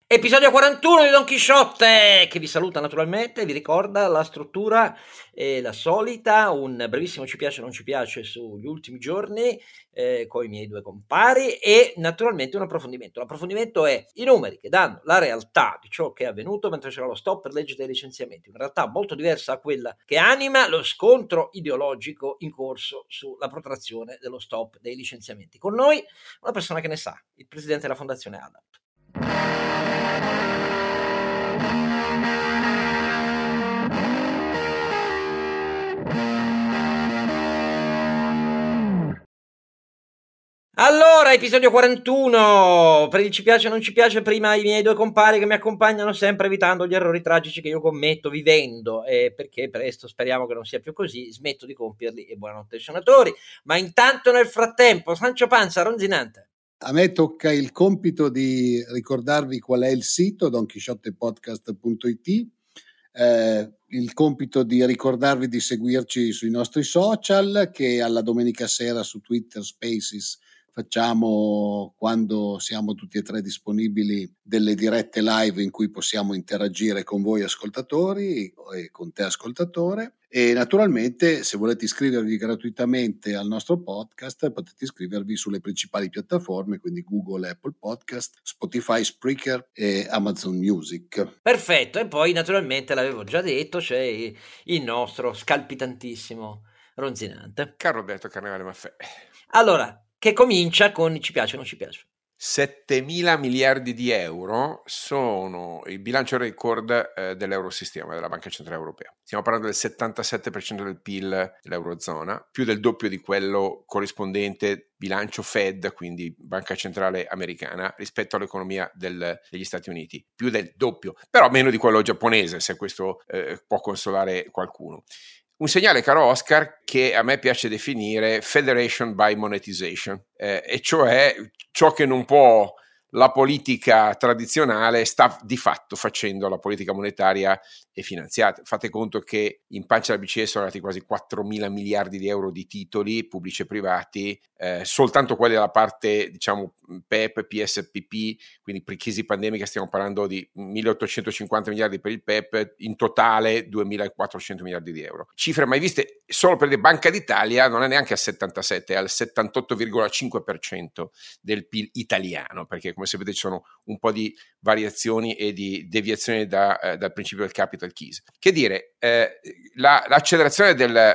Episodio 41 di Don Chisciotte, che vi saluta naturalmente, vi ricorda la struttura la solita, un brevissimo ci piace o non ci piace sugli ultimi giorni con i miei due compari e naturalmente un approfondimento. L'approfondimento è i numeri che danno la realtà di ciò che è avvenuto mentre c'era lo stop per legge dei licenziamenti, una realtà molto diversa da quella che anima lo scontro ideologico in corso sulla protrazione dello stop dei licenziamenti. Con noi una persona che ne sa, il presidente della Fondazione ADAPT. Allora, episodio 41, per il ci piace o non ci piace, prima i miei due compari che mi accompagnano sempre evitando gli errori tragici che io commetto vivendo, perché presto, speriamo che non sia più così, smetto di compierli e buonanotte ai suonatori, ma intanto nel frattempo, Sancio Panza, Ronzinante. A me tocca il compito di ricordarvi qual è il sito donchisciottepodcast.it, il compito di ricordarvi di seguirci sui nostri social, che alla domenica sera su Twitter Spaces facciamo, quando siamo tutti e tre disponibili, delle dirette live in cui possiamo interagire con voi ascoltatori e con te ascoltatore. E naturalmente, se volete iscrivervi gratuitamente al nostro podcast, potete iscrivervi sulle principali piattaforme, quindi Google, Apple Podcast, Spotify, Spreaker e Amazon Music. Perfetto, e poi naturalmente l'avevo già detto, c'è il nostro scalpitantissimo Ronzinante. Caro Roberto Carnevale Maffè. Allora, che comincia con ci piace o non ci piace. 7.000 miliardi di euro sono il bilancio record dell'Eurosistema, della Banca Centrale Europea. Stiamo parlando del 77% del PIL dell'Eurozona, più del doppio di quello corrispondente bilancio Fed, quindi Banca Centrale Americana, rispetto all'economia degli Stati Uniti. Più del doppio, però meno di quello giapponese, se questo può consolare qualcuno. Un segnale, caro Oscar, che a me piace definire Federation by Monetization, e cioè ciò che non può la politica tradizionale sta di fatto facendo la politica monetaria e finanziaria. Fate conto che in pancia alla BCE sono arrivati quasi 4.000 miliardi di euro di titoli pubblici e privati, soltanto quelli della parte, diciamo, PEP, PSPP, quindi pre-crisi pandemica stiamo parlando di 1.850 miliardi per il PEP, in totale 2.400 miliardi di euro. Cifre mai viste. Solo per le Banca d'Italia non è neanche al 77, è al 78,5% del PIL italiano, perché come sapete ci sono un po' di variazioni e di deviazioni dal principio del capital keys. Che dire, l'accelerazione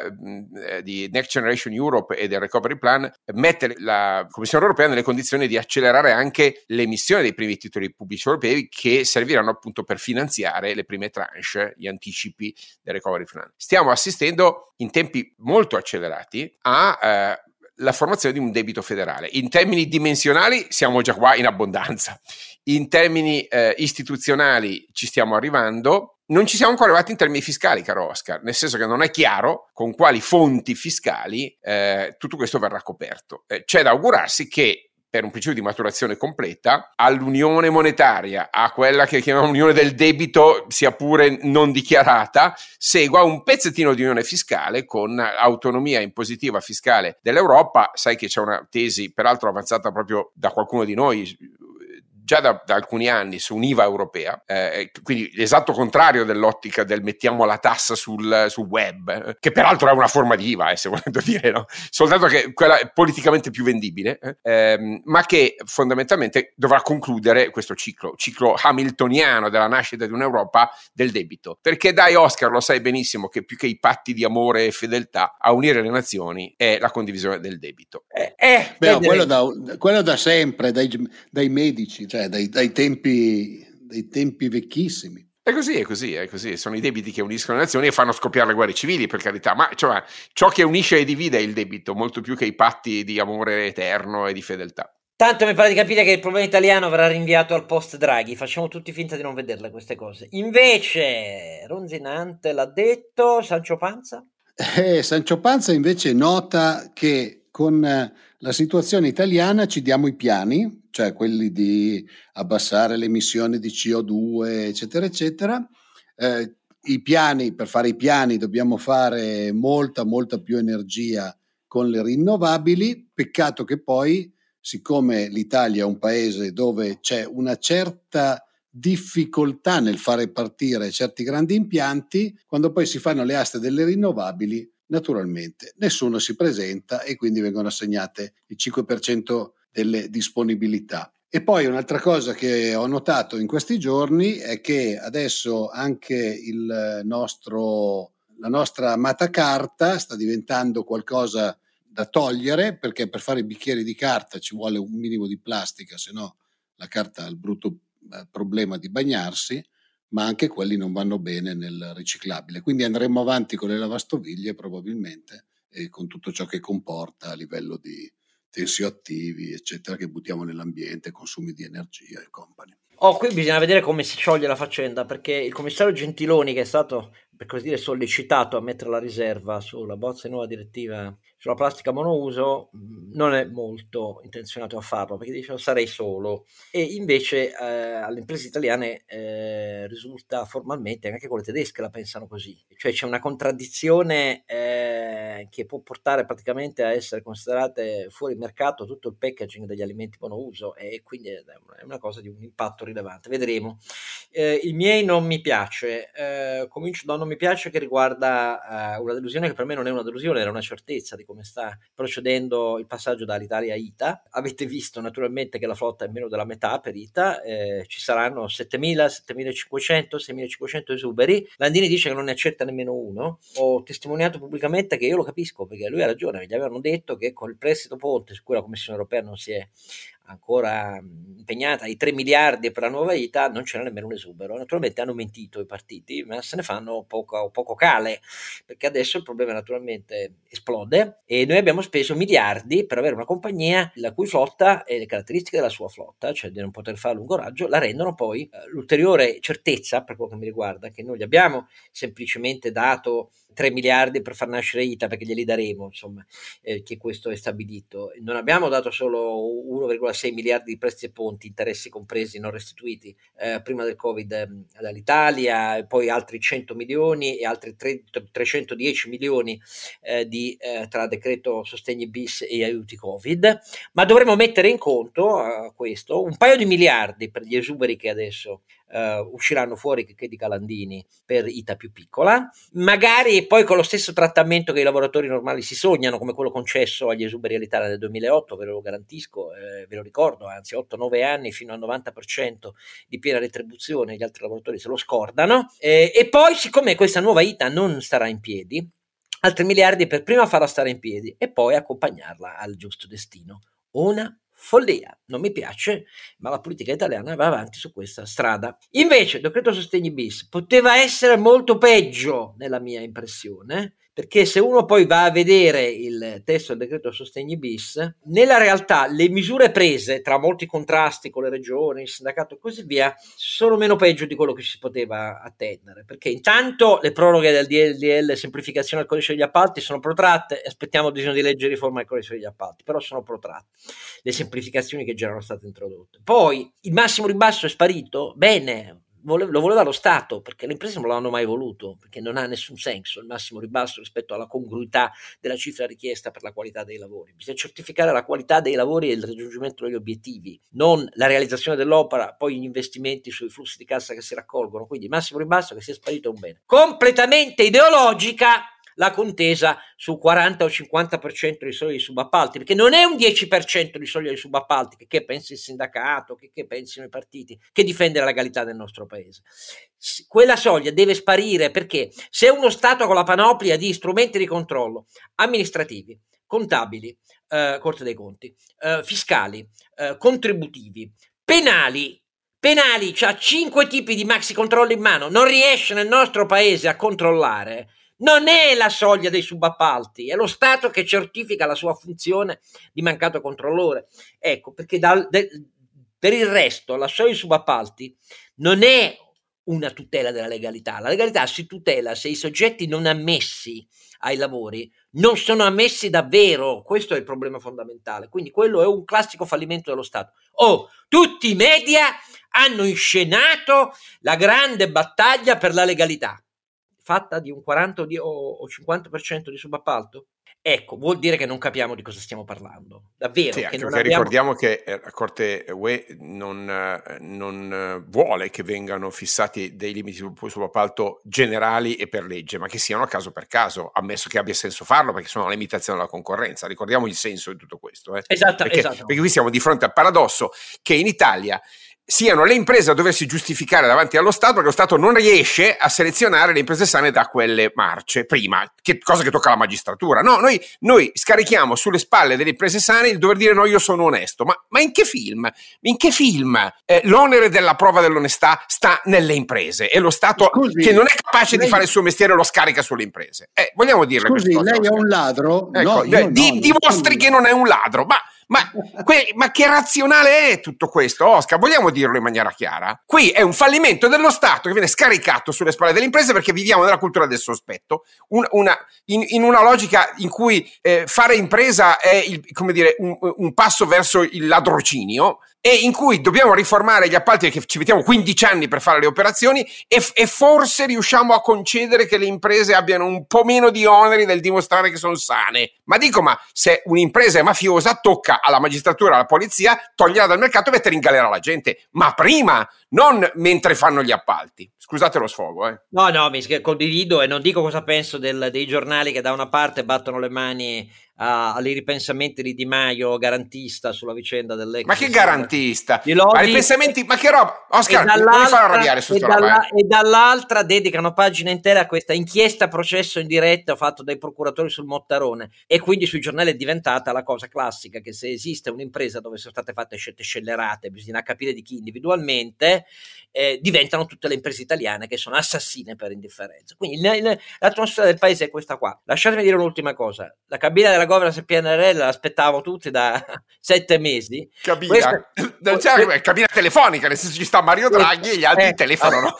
di Next Generation Europe e del Recovery Plan mette la Commissione europea nelle condizioni di accelerare anche l'emissione dei primi titoli pubblici europei, che serviranno appunto per finanziare le prime tranche, gli anticipi del Recovery Plan. Stiamo assistendo in tempi molto accelerati a la formazione di un debito federale. In termini dimensionali siamo già qua in abbondanza, in termini istituzionali ci stiamo arrivando, non ci siamo ancora arrivati in termini fiscali, caro Oscar, nel senso che non è chiaro con quali fonti fiscali tutto questo verrà coperto. C'è da augurarsi che per un principio di maturazione completa, all'unione monetaria, a quella che chiamiamo unione del debito, sia pure non dichiarata, segua un pezzettino di unione fiscale con autonomia impositiva fiscale dell'Europa. Sai che c'è una tesi, peraltro avanzata proprio da qualcuno di noi, già da alcuni anni, su un'IVA europea, quindi l'esatto contrario dell'ottica del mettiamo la tassa sul web, che peraltro è una forma di IVA, se volendo dire, no? Soltanto che quella è politicamente più vendibile, ma che fondamentalmente dovrà concludere questo ciclo hamiltoniano della nascita di un'Europa del debito. Perché dai, Oscar, lo sai benissimo che più che i patti di amore e fedeltà, a unire le nazioni è la condivisione del debito. Quello da sempre, dai medici, cioè dai tempi vecchissimi. È così, sono i debiti che uniscono le nazioni e fanno scoppiare le guerre civili, per carità, ma cioè, ciò che unisce e divide è il debito, molto più che i patti di amore eterno e di fedeltà. Tanto mi pare di capire che il problema italiano verrà rinviato al post Draghi, facciamo tutti finta di non vederle queste cose. Invece, Ronzinante l'ha detto, Sancio Panza? Sancio Panza invece nota che con la situazione italiana ci diamo i piani, cioè quelli di abbassare le emissioni di CO2, eccetera, eccetera. I piani, per fare i piani dobbiamo fare molta più energia con le rinnovabili. Peccato che poi, siccome l'Italia è un paese dove c'è una certa difficoltà nel fare partire certi grandi impianti. Quando poi si fanno le aste delle rinnovabili, naturalmente nessuno si presenta e quindi vengono assegnate il 5% delle disponibilità. E poi un'altra cosa che ho notato in questi giorni è che adesso anche la nostra amata carta sta diventando qualcosa da togliere, perché per fare i bicchieri di carta ci vuole un minimo di plastica, se no la carta ha il brutto problema di bagnarsi, ma anche quelli non vanno bene nel riciclabile. Quindi andremo avanti con le lavastoviglie probabilmente, e con tutto ciò che comporta a livello di tensioattivi, eccetera, che buttiamo nell'ambiente, consumi di energia e compagni. Qui bisogna vedere come si scioglie la faccenda, perché il commissario Gentiloni, che è stato, per così dire, sollecitato a mettere la riserva sulla bozza di nuova direttiva sulla plastica monouso, non è molto intenzionato a farlo, perché dice sarei solo, e invece alle imprese italiane risulta formalmente, anche quelle tedesche la pensano così, cioè c'è una contraddizione che può portare praticamente a essere considerate fuori mercato tutto il packaging degli alimenti monouso, e quindi è una cosa di un impatto rilevante. Vedremo. Il miei non mi piace, comincio da un non mi piace che riguarda una delusione che per me non è una delusione, era una certezza di come sta procedendo il passaggio dall'Italia a ITA. Avete visto naturalmente che la flotta è meno della metà per ITA, ci saranno 7.000, 7.500, 6.500 esuberi. Landini dice che non ne accetta nemmeno uno. Ho testimoniato pubblicamente che io lo capisco, perché lui ha ragione, gli avevano detto che con il prestito ponte, su cui la Commissione europea non si è ancora impegnata, i 3 miliardi per la nuova ITA, non c'era nemmeno un esubero. Naturalmente hanno mentito i partiti, ma se ne fanno poco cale, perché adesso il problema naturalmente esplode e noi abbiamo speso miliardi per avere una compagnia la cui flotta e le caratteristiche della sua flotta, cioè di non poter fare lungo raggio, la rendono poi l'ulteriore certezza, per quello che mi riguarda, che noi gli abbiamo semplicemente dato 3 miliardi per far nascere ITA, perché glieli daremo, insomma, che questo è stabilito. Non abbiamo dato solo 1,6 miliardi di prestiti e ponti, interessi compresi non restituiti prima del Covid all'Italia, e poi altri 100 milioni e altri 310 milioni tra decreto sostegni bis e aiuti Covid, ma dovremo mettere in conto questo un paio di miliardi per gli esuberi che adesso usciranno fuori, che di Calandini, per ITA più piccola, magari poi con lo stesso trattamento che i lavoratori normali si sognano, come quello concesso agli esuberi all'Italia nel 2008, ve lo garantisco, ve lo ricordo, anzi 8-9 anni fino al 90% di piena retribuzione, gli altri lavoratori se lo scordano, e poi siccome questa nuova ITA non starà in piedi, altri miliardi per prima farla stare in piedi e poi accompagnarla al giusto destino. Una follia, non mi piace, ma la politica italiana va avanti su questa strada. Invece il decreto sostegni bis poteva essere molto peggio, nella mia impressione, perché se uno poi va a vedere il testo del decreto sostegni bis, nella realtà le misure prese, tra molti contrasti con le regioni, il sindacato e così via, sono meno peggio di quello che si poteva attendere, perché intanto le proroghe del DLL semplificazione del codice degli appalti sono protratte, e aspettiamo il disegno di legge di riforma del codice degli appalti, però sono protratte le semplificazioni che già erano state introdotte. Poi il massimo ribasso è sparito, bene, lo voleva lo Stato, perché le imprese non l'hanno mai voluto, perché non ha nessun senso il massimo ribasso rispetto alla congruità della cifra richiesta per la qualità dei lavori. Bisogna certificare la qualità dei lavori e il raggiungimento degli obiettivi, non la realizzazione dell'opera, poi gli investimenti sui flussi di cassa che si raccolgono. Quindi il massimo ribasso che sia sparito è un bene. Completamente ideologica la contesa su 40 o 50% di soglia di subappalti, perché non è un 10% di soglia di subappalti che pensi il sindacato, che pensino i partiti, che difende la legalità del nostro paese. Quella soglia deve sparire, perché se uno Stato con la panoplia di strumenti di controllo amministrativi, contabili, Corte dei Conti, fiscali, contributivi, penali, c'ha 5 tipi di maxi controlli in mano, non riesce nel nostro paese a controllare. Non è la soglia dei subappalti, è lo Stato che certifica la sua funzione di mancato controllore. Ecco, perché per il resto la soglia dei subappalti non è una tutela della legalità. La legalità si tutela se i soggetti non ammessi ai lavori non sono ammessi davvero. Questo è il problema fondamentale. Quindi quello è un classico fallimento dello Stato. Tutti i media hanno inscenato la grande battaglia per la legalità, fatta di un 40 o 50% di subappalto. ecco, vuol dire che non capiamo di cosa stiamo parlando. Davvero. Sì, che anche non perché abbiamo... ricordiamo che la Corte UE non vuole che vengano fissati dei limiti sull'appalto generali e per legge, ma che siano a caso per caso, ammesso che abbia senso farlo, perché sono la limitazione della concorrenza. Ricordiamo il senso di tutto questo. Esatto. Perché qui siamo di fronte al paradosso che in Italia siano le imprese a doversi giustificare davanti allo Stato, perché lo Stato non riesce a selezionare le imprese sane da quelle marce prima, cosa che tocca alla magistratura. No, noi scarichiamo sulle spalle delle imprese sane il dover dire no, io sono onesto. Ma in che film? L'onere della prova dell'onestà sta nelle imprese e lo Stato, che non è capace di fare il suo mestiere, lo scarica sulle imprese. Vogliamo dirle queste cose? Lei è un ladro? Ecco, dimostri che non è un ladro, ma che razionale è tutto questo, Oscar? Vogliamo dirlo in maniera chiara? Qui è un fallimento dello Stato che viene scaricato sulle spalle delle imprese perché viviamo nella cultura del sospetto, in una logica in cui fare impresa è un passo verso il ladrocinio, e in cui dobbiamo riformare gli appalti perché ci mettiamo 15 anni per fare le operazioni e forse riusciamo a concedere che le imprese abbiano un po' meno di oneri nel dimostrare che sono sane. Ma se un'impresa è mafiosa, tocca alla magistratura, alla polizia, toglierla dal mercato e mettere in galera la gente, ma prima, non mentre fanno gli appalti. Scusate lo sfogo. No, mi condivido e non dico cosa penso dei giornali che da una parte battono le mani ai ripensamenti di Di Maio garantista sulla vicenda dell'ex. Ma che garantista? Ma ripensamenti, ma che roba? Oscar, non mi fare arrabbiare su sta roba. E dall'altra dedicano pagina intera a questa inchiesta processo in diretta fatto dai procuratori sul Mottarone, e quindi sui giornali è diventata la cosa classica che se esiste un'impresa dove sono state fatte scelte scellerate, bisogna capire di chi individualmente, diventano tutte le imprese italiane che sono assassine per indifferenza. Quindi l'atmosfera del paese è questa qua. Lasciatemi dire un'ultima cosa: la cabina della governance PNRR l'aspettavamo tutti da 7 mesi. Cabina telefonica, nel senso ci sta Mario Draghi e gli altri telefonano.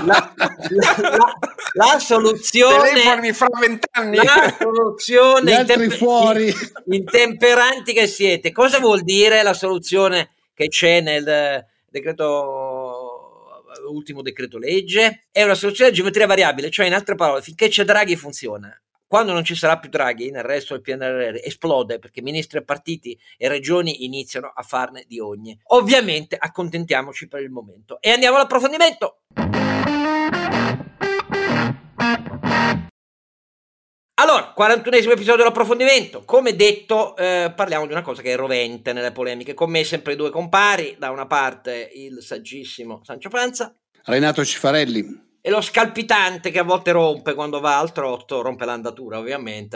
La soluzione, telefoni fra 20 anni. La soluzione, gli altri fuori, intemperanti che siete. Cosa vuol dire la soluzione che c'è nel ultimo decreto legge? È una soluzione a geometria variabile, cioè in altre parole, finché c'è Draghi funziona. Quando non ci sarà più Draghi, nel resto del PNRR esplode, perché ministri e partiti e regioni iniziano a farne di ogni. Ovviamente accontentiamoci per il momento e andiamo all'approfondimento. Allora, 41esimo episodio dell'approfondimento. Come detto, parliamo di una cosa che è rovente nelle polemiche. Con me sempre i due compari, da una parte il saggissimo Sancio Panza, Renato Cifarelli, e lo scalpitante che a volte rompe quando va al trotto, rompe l'andatura ovviamente,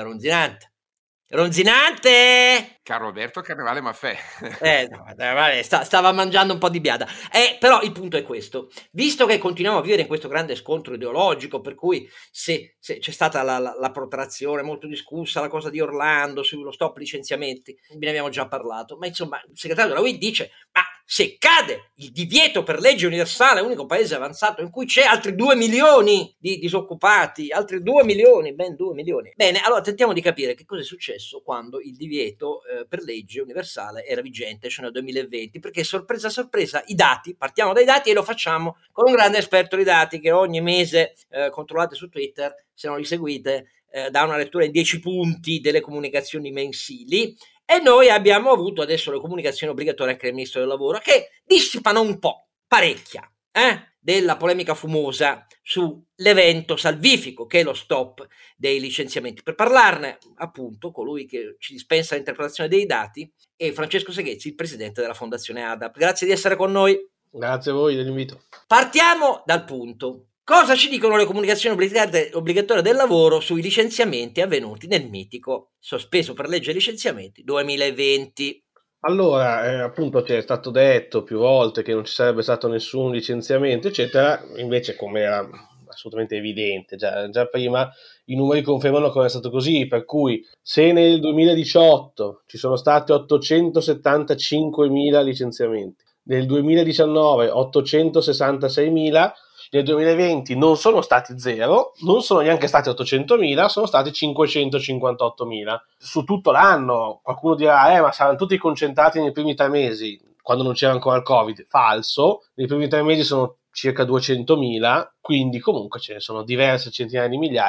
Ronzinante! Caro Alberto Carnevale Maffè. Stava mangiando un po' di biada. Però il punto è questo: visto che continuiamo a vivere in questo grande scontro ideologico, per cui se c'è stata la protrazione molto discussa, la cosa di Orlando sullo stop licenziamenti, ne abbiamo già parlato, ma insomma il segretario della UIL dice: ma se cade il divieto per legge universale, unico paese avanzato in cui c'è altri 2 milioni di disoccupati, altri 2 milioni, ben 2 milioni. Bene, allora tentiamo di capire che cosa è successo quando il divieto per legge universale era vigente, cioè nel 2020, perché sorpresa partiamo dai dati e lo facciamo con un grande esperto di dati che ogni mese controllate su Twitter, se non li seguite, dà una lettura in 10 punti delle comunicazioni mensili. E noi abbiamo avuto adesso le comunicazioni obbligatorie anche del Ministro del Lavoro, che dissipano un po', parecchia, della polemica fumosa sull'evento salvifico che è lo stop dei licenziamenti. Per parlarne, appunto, colui che ci dispensa l'interpretazione dei dati è Francesco Seghezzi, il presidente della Fondazione ADAP. Grazie di essere con noi. Grazie a voi dell'invito. Partiamo dal punto. Cosa ci dicono le comunicazioni obbligatorie del lavoro sui licenziamenti avvenuti nel mitico sospeso per legge licenziamenti 2020? Allora, appunto ci è stato detto più volte che non ci sarebbe stato nessun licenziamento, eccetera, invece come era assolutamente evidente, già prima i numeri confermano che è stato così, per cui se nel 2018 ci sono stati 875.000 licenziamenti, nel 2019 866.000, nel 2020 non sono stati 0, non sono neanche stati 800.000, sono stati 558.000. Su tutto l'anno qualcuno dirà, ma saranno tutti concentrati nei primi 3 mesi, quando non c'era ancora il Covid. Falso, nei primi 3 mesi sono circa 200.000, quindi comunque ce ne sono diverse centinaia di migliaia.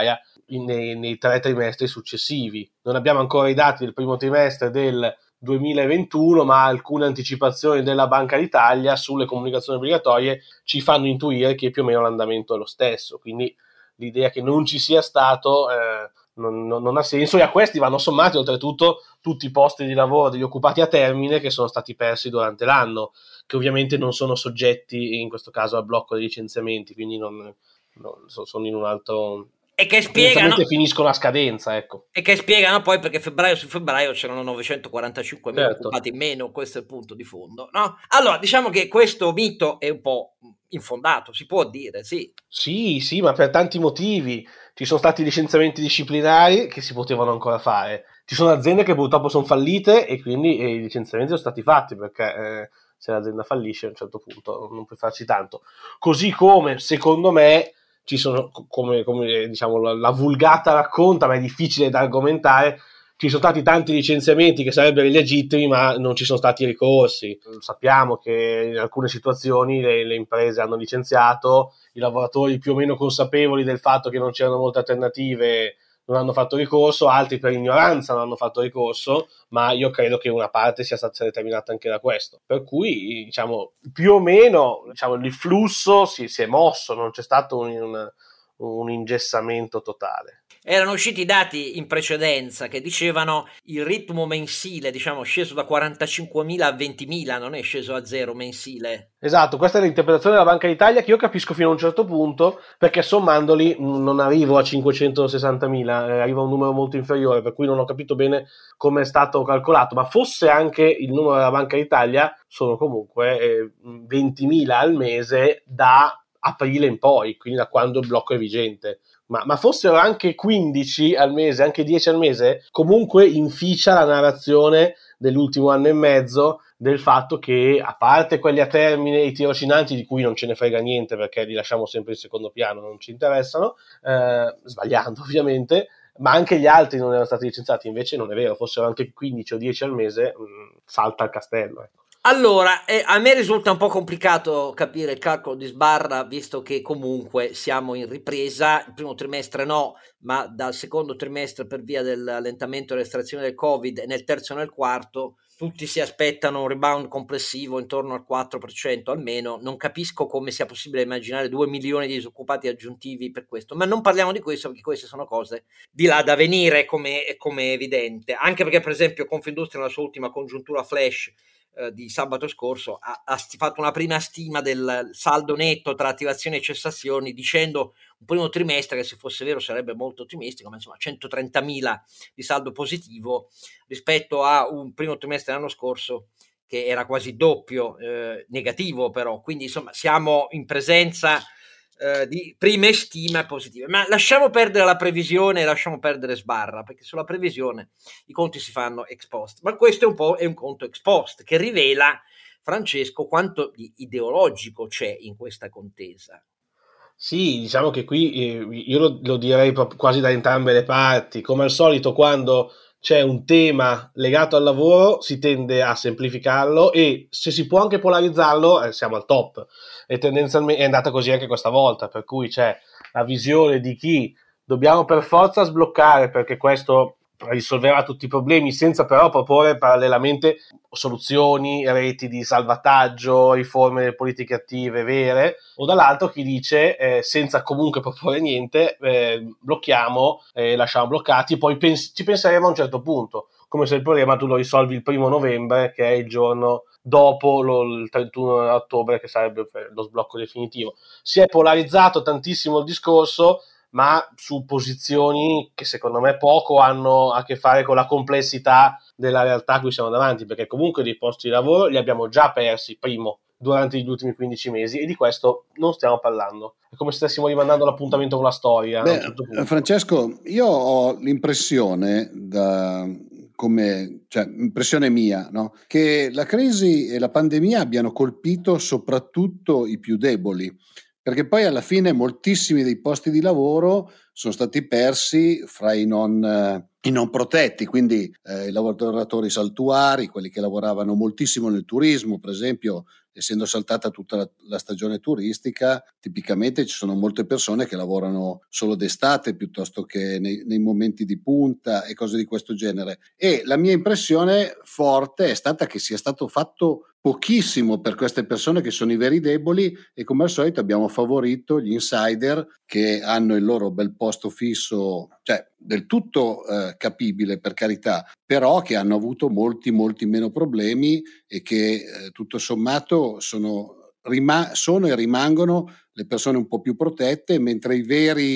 nei 3 trimestri successivi. Non abbiamo ancora i dati del primo trimestre del 2021, ma alcune anticipazioni della Banca d'Italia sulle comunicazioni obbligatorie ci fanno intuire che più o meno l'andamento è lo stesso, quindi l'idea che non ci sia stato non ha senso, e a questi vanno sommati oltretutto tutti i posti di lavoro degli occupati a termine che sono stati persi durante l'anno, che ovviamente non sono soggetti in questo caso al blocco dei licenziamenti, quindi sono in un altro... E che spiegano, finiscono a scadenza, ecco. E che spiegano poi perché febbraio su febbraio c'erano 945.000 occupati in meno, questo è il punto di fondo, no? Allora, diciamo che questo mito è un po' infondato, si può dire, sì. Sì, ma per tanti motivi. Ci sono stati licenziamenti disciplinari che si potevano ancora fare. Ci sono aziende che purtroppo sono fallite e quindi i licenziamenti sono stati fatti perché se l'azienda fallisce a un certo punto non puoi farci tanto. Così come, secondo me, ci sono, come diciamo la vulgata racconta, ma è difficile da argomentare, ci sono stati tanti licenziamenti che sarebbero illegittimi, ma non ci sono stati ricorsi. Sappiamo che in alcune situazioni le imprese hanno licenziato, i lavoratori più o meno consapevoli del fatto che non c'erano molte alternative non hanno fatto ricorso, altri per ignoranza non hanno fatto ricorso, ma io credo che una parte sia stata determinata anche da questo. Per cui, diciamo, più o meno il flusso si è mosso, non c'è stato un ingessamento totale. Erano usciti i dati in precedenza che dicevano il ritmo mensile, diciamo, sceso da 45.000 a 20.000, non è sceso a zero mensile. Esatto, questa è l'interpretazione della Banca d'Italia che io capisco fino a un certo punto, perché sommandoli non arrivo a 560.000, arriva a un numero molto inferiore, per cui non ho capito bene come è stato calcolato, ma fosse anche il numero della Banca d'Italia, sono comunque 20.000 al mese da aprile in poi, quindi da quando il blocco è vigente. Ma fossero anche 15 al mese, anche 10 al mese, comunque inficia la narrazione dell'ultimo anno e mezzo del fatto che, a parte quelli a termine, i tirocinanti di cui non ce ne frega niente perché li lasciamo sempre in secondo piano, non ci interessano, sbagliando ovviamente, ma anche gli altri non erano stati licenziati, invece non è vero, fossero anche 15 o 10 al mese, salta il castello, ecco. Allora, a me risulta un po' complicato capire il calcolo di sbarra, visto che comunque siamo in ripresa, il primo trimestre no, ma dal secondo trimestre per via dell'allentamento e dell'estrazione del Covid, e nel terzo e nel quarto tutti si aspettano un rebound complessivo intorno al 4% almeno. Non capisco come sia possibile immaginare 2 milioni di disoccupati aggiuntivi per questo, ma non parliamo di questo perché queste sono cose di là da venire, come è evidente, anche perché per esempio Confindustria nella sua ultima congiuntura flash di sabato scorso ha fatto una prima stima del saldo netto tra attivazioni e cessazioni, dicendo un primo trimestre che, se fosse vero, sarebbe molto ottimistico, ma insomma 130.000 di saldo positivo rispetto a un primo trimestre dell'anno scorso che era quasi doppio negativo, però, quindi insomma siamo in presenza di prime stime positive. Ma lasciamo perdere la previsione e lasciamo perdere sbarra, perché sulla previsione i conti si fanno ex post, ma questo è un conto ex post che rivela, Francesco, quanto di ideologico c'è in questa contesa. Sì, diciamo che qui io lo direi quasi da entrambe le parti. Come al solito, quando c'è un tema legato al lavoro si tende a semplificarlo, e se si può anche polarizzarlo siamo al top, e tendenzialmente è andata così anche questa volta, per cui c'è la visione di chi dobbiamo per forza sbloccare perché questo risolverà tutti i problemi, senza però proporre parallelamente soluzioni, reti di salvataggio, riforme delle politiche attive vere, o dall'altro chi dice senza comunque proporre niente, blocchiamo, lasciamo bloccati e poi ci penseremo a un certo punto, come se il problema tu lo risolvi il 1 novembre, che è il giorno dopo il 31 ottobre, che sarebbe lo sblocco definitivo. Si è polarizzato tantissimo il discorso, ma su posizioni che secondo me poco hanno a che fare con la complessità della realtà a cui siamo davanti, perché comunque dei posti di lavoro li abbiamo già persi durante gli ultimi 15 mesi, e di questo non stiamo parlando. È come se stessimo rimandando l'appuntamento con la storia. Beh, Francesco, io ho l'impressione, impressione mia, no? Che la crisi e la pandemia abbiano colpito soprattutto i più deboli, perché poi alla fine moltissimi dei posti di lavoro sono stati persi fra i non i non protetti, quindi i lavoratori saltuari, quelli che lavoravano moltissimo nel turismo, per esempio, essendo saltata tutta la stagione turistica, tipicamente ci sono molte persone che lavorano solo d'estate piuttosto che nei momenti di punta e cose di questo genere. E la mia impressione forte è stata che sia stato fatto pochissimo per queste persone che sono i veri deboli, e come al solito abbiamo favorito gli insider che hanno il loro bel posto fisso, cioè del tutto capibile, per carità, però che hanno avuto molti meno problemi e che tutto sommato sono e rimangono le persone un po' più protette, mentre i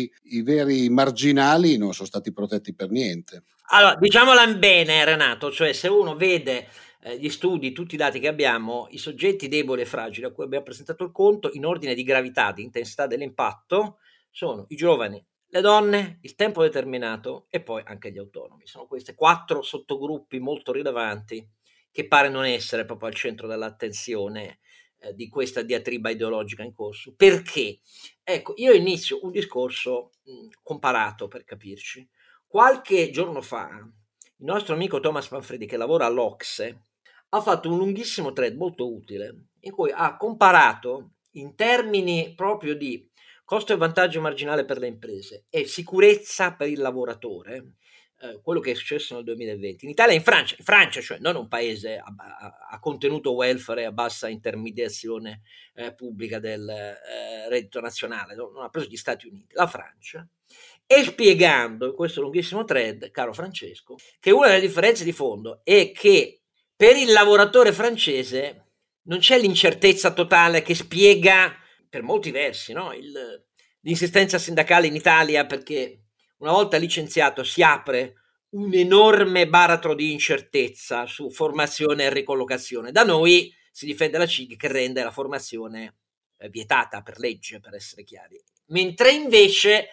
veri marginali non sono stati protetti per niente. Allora, diciamola bene, Renato, cioè se uno vede gli studi, tutti i dati che abbiamo, i soggetti deboli e fragili a cui abbiamo presentato il conto in ordine di gravità, di intensità dell'impatto, sono i giovani, le donne, il tempo determinato e poi anche gli autonomi. Sono questi 4 sottogruppi molto rilevanti che pare non essere proprio al centro dell'attenzione di questa diatriba ideologica in corso. Perché? Ecco, io inizio un discorso comparato, per capirci. Qualche giorno fa il nostro amico Thomas Manfredi, che lavora all'Ocse, ha fatto un lunghissimo thread molto utile in cui ha comparato in termini proprio di costo e vantaggio marginale per le imprese e sicurezza per il lavoratore, quello che è successo nel 2020 in Italia e in Francia, cioè non un paese a contenuto welfare e a bassa intermediazione pubblica del reddito nazionale, non ha preso gli Stati Uniti, la Francia, e spiegando in questo lunghissimo thread, caro Francesco, che una delle differenze di fondo è che per il lavoratore francese non c'è l'incertezza totale che spiega per molti versi, no? L'insistenza sindacale in Italia, perché una volta licenziato si apre un enorme baratro di incertezza su formazione e ricollocazione. Da noi si difende la CIG che rende la formazione vietata per legge, per essere chiari. Mentre invece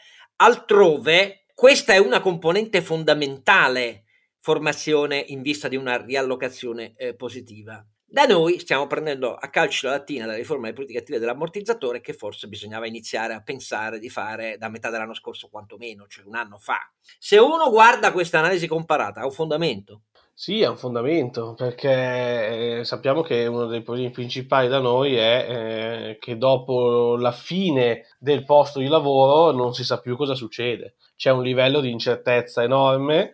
altrove questa è una componente fondamentale, formazione in vista di una riallocazione positiva. Da noi stiamo prendendo a calci la lattina dalla riforma delle politiche attive dell'ammortizzatore, che forse bisognava iniziare a pensare di fare da metà dell'anno scorso quantomeno, cioè un anno fa. Se uno guarda questa analisi comparata, ha un fondamento? Sì, ha un fondamento, perché sappiamo che uno dei problemi principali da noi è che dopo la fine del posto di lavoro non si sa più cosa succede. C'è un livello di incertezza enorme,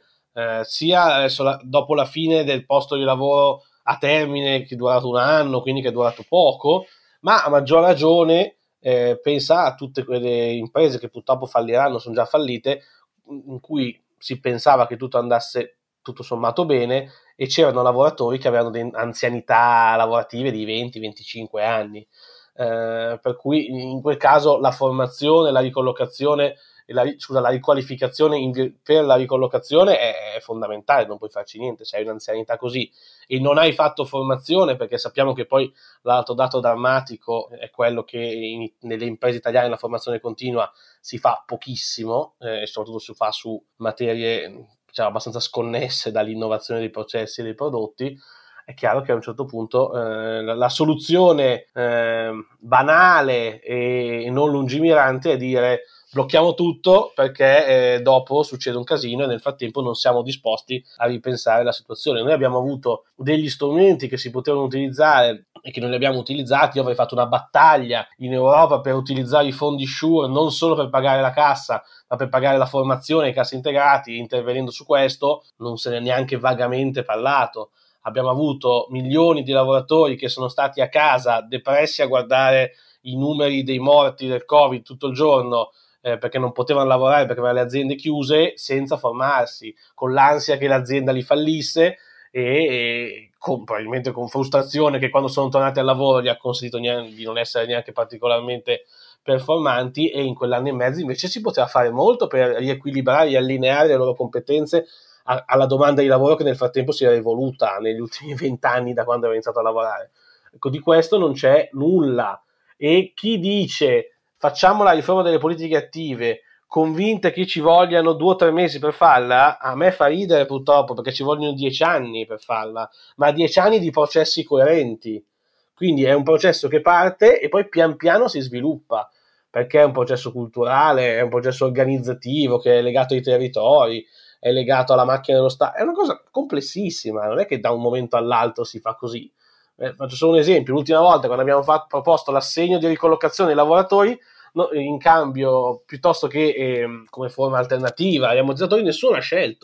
sia dopo la fine del posto di lavoro a termine che è durato un anno, quindi che è durato poco, ma a maggior ragione pensa a tutte quelle imprese che purtroppo falliranno, sono già fallite, in cui si pensava che tutto andasse tutto sommato bene e c'erano lavoratori che avevano delle anzianità lavorative di 20-25 anni, per cui in quel caso la formazione, la ricollocazione, la riqualificazione per la ricollocazione è fondamentale, non puoi farci niente se hai un'anzianità così e non hai fatto formazione, perché sappiamo che poi l'altro dato drammatico è quello che nelle imprese italiane la formazione continua si fa pochissimo, e soprattutto si fa su materie abbastanza sconnesse dall'innovazione dei processi e dei prodotti. È chiaro che a un certo punto la soluzione banale e non lungimirante è dire blocchiamo tutto perché dopo succede un casino e nel frattempo non siamo disposti a ripensare la situazione. Noi abbiamo avuto degli strumenti che si potevano utilizzare e che non li abbiamo utilizzati. Io avrei fatto una battaglia in Europa per utilizzare i fondi SURE non solo per pagare la cassa ma per pagare la formazione ai cassi integrati. Intervenendo su questo non se ne è neanche vagamente parlato. Abbiamo avuto milioni di lavoratori che sono stati a casa depressi a guardare i numeri dei morti del Covid tutto il giorno perché non potevano lavorare perché avevano le aziende chiuse, senza formarsi, con l'ansia che l'azienda li fallisse e probabilmente con frustrazione che quando sono tornati al lavoro gli ha consentito di non essere neanche particolarmente performanti, e in quell'anno e mezzo invece si poteva fare molto per riequilibrare, riallineare le loro competenze alla domanda di lavoro che nel frattempo si era evoluta negli ultimi 20 anni da quando aveva iniziato a lavorare. Ecco, di questo non c'è nulla, e chi dice facciamo la riforma delle politiche attive convinte che ci vogliano 2 o 3 mesi per farla, a me fa ridere purtroppo, perché ci vogliono 10 anni per farla, ma 10 anni di processi coerenti. Quindi è un processo che parte e poi pian piano si sviluppa, perché è un processo culturale, è un processo organizzativo che è legato ai territori, è legato alla macchina dello Stato. È una cosa complessissima, non è che da un momento all'altro si fa così. Faccio solo un esempio: l'ultima volta quando abbiamo proposto l'assegno di ricollocazione ai lavoratori, in cambio, piuttosto che come forma alternativa agli ammortizzatori, nessuno l'ha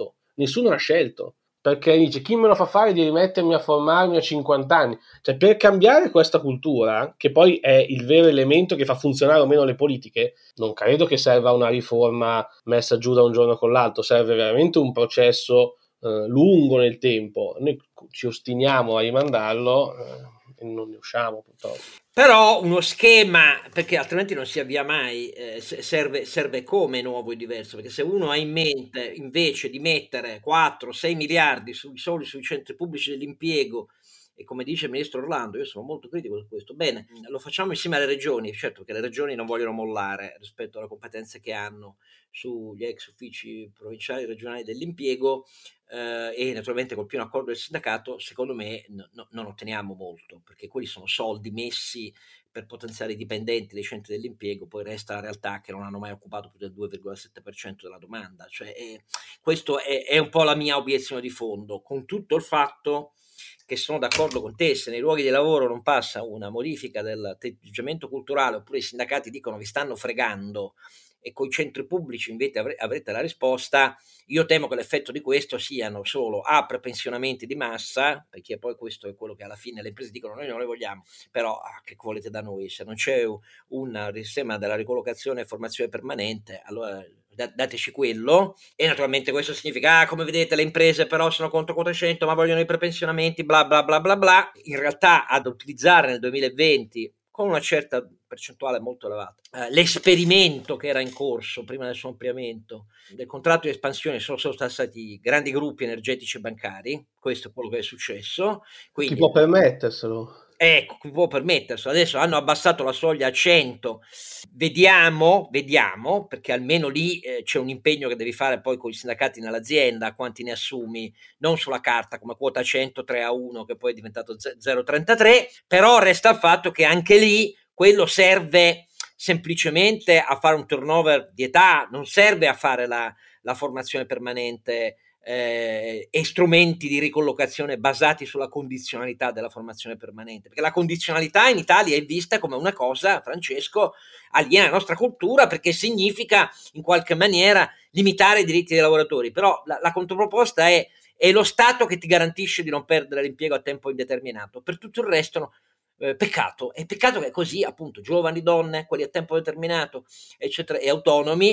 scelto, perché dice: chi me lo fa fare di rimettermi a formarmi a 50 anni? Cioè, per cambiare questa cultura, che poi è il vero elemento che fa funzionare o meno le politiche, non credo che serva una riforma messa giù da un giorno con l'altro, serve veramente un processo lungo nel tempo. Noi ci ostiniamo a rimandarlo e non ne usciamo, purtroppo. Però uno schema, perché altrimenti non si avvia mai, serve come nuovo e diverso, perché se uno ha in mente invece di mettere 4-6 miliardi solo sui centri pubblici dell'impiego, e come dice il ministro Orlando, io sono molto critico su questo, bene, lo facciamo insieme alle regioni, certo che le regioni non vogliono mollare rispetto alle competenze che hanno sugli ex uffici provinciali e regionali dell'impiego, e naturalmente col pieno accordo del sindacato, secondo me non otteniamo molto, perché quelli sono soldi messi per potenziare i dipendenti dei centri dell'impiego, poi resta la realtà che non hanno mai occupato più del 2,7% della domanda. Cioè, questo è un po' la mia obiezione di fondo, con tutto il fatto che sono d'accordo con te, se nei luoghi di lavoro non passa una modifica dell'atteggiamento culturale, oppure i sindacati dicono vi stanno fregando e coi centri pubblici invece avrete la risposta, io temo che l'effetto di questo siano solo prepensionamenti di massa, perché poi questo è quello che alla fine le imprese dicono noi non le vogliamo, però che volete da noi? Se non c'è un sistema della ricollocazione e formazione permanente, allora dateci quello. E naturalmente questo significa come vedete le imprese però sono contro quota 100 ma vogliono i prepensionamenti bla bla bla bla bla. In realtà ad utilizzare nel 2020 con una certa percentuale molto elevata l'esperimento che era in corso prima del suo ampliamento del contratto di espansione sono stati grandi gruppi energetici e bancari. Questo è quello che è successo. Quindi, chi può permetterselo? Ecco, chi può permetterselo. Adesso hanno abbassato la soglia a 100. Vediamo, perché almeno lì c'è un impegno che devi fare poi con i sindacati nell'azienda, quanti ne assumi, non sulla carta come quota 100 3-1 che poi è diventato 0,33, però resta il fatto che anche lì quello serve semplicemente a fare un turnover di età, non serve a fare la formazione permanente e strumenti di ricollocazione basati sulla condizionalità della formazione permanente, perché la condizionalità in Italia è vista come una cosa, Francesco, aliena alla nostra cultura, perché significa in qualche maniera limitare i diritti dei lavoratori, però la controproposta è lo Stato che ti garantisce di non perdere l'impiego a tempo indeterminato, per tutto il resto no. Peccato che è così, appunto, giovani, donne, quelli a tempo determinato, eccetera, e autonomi,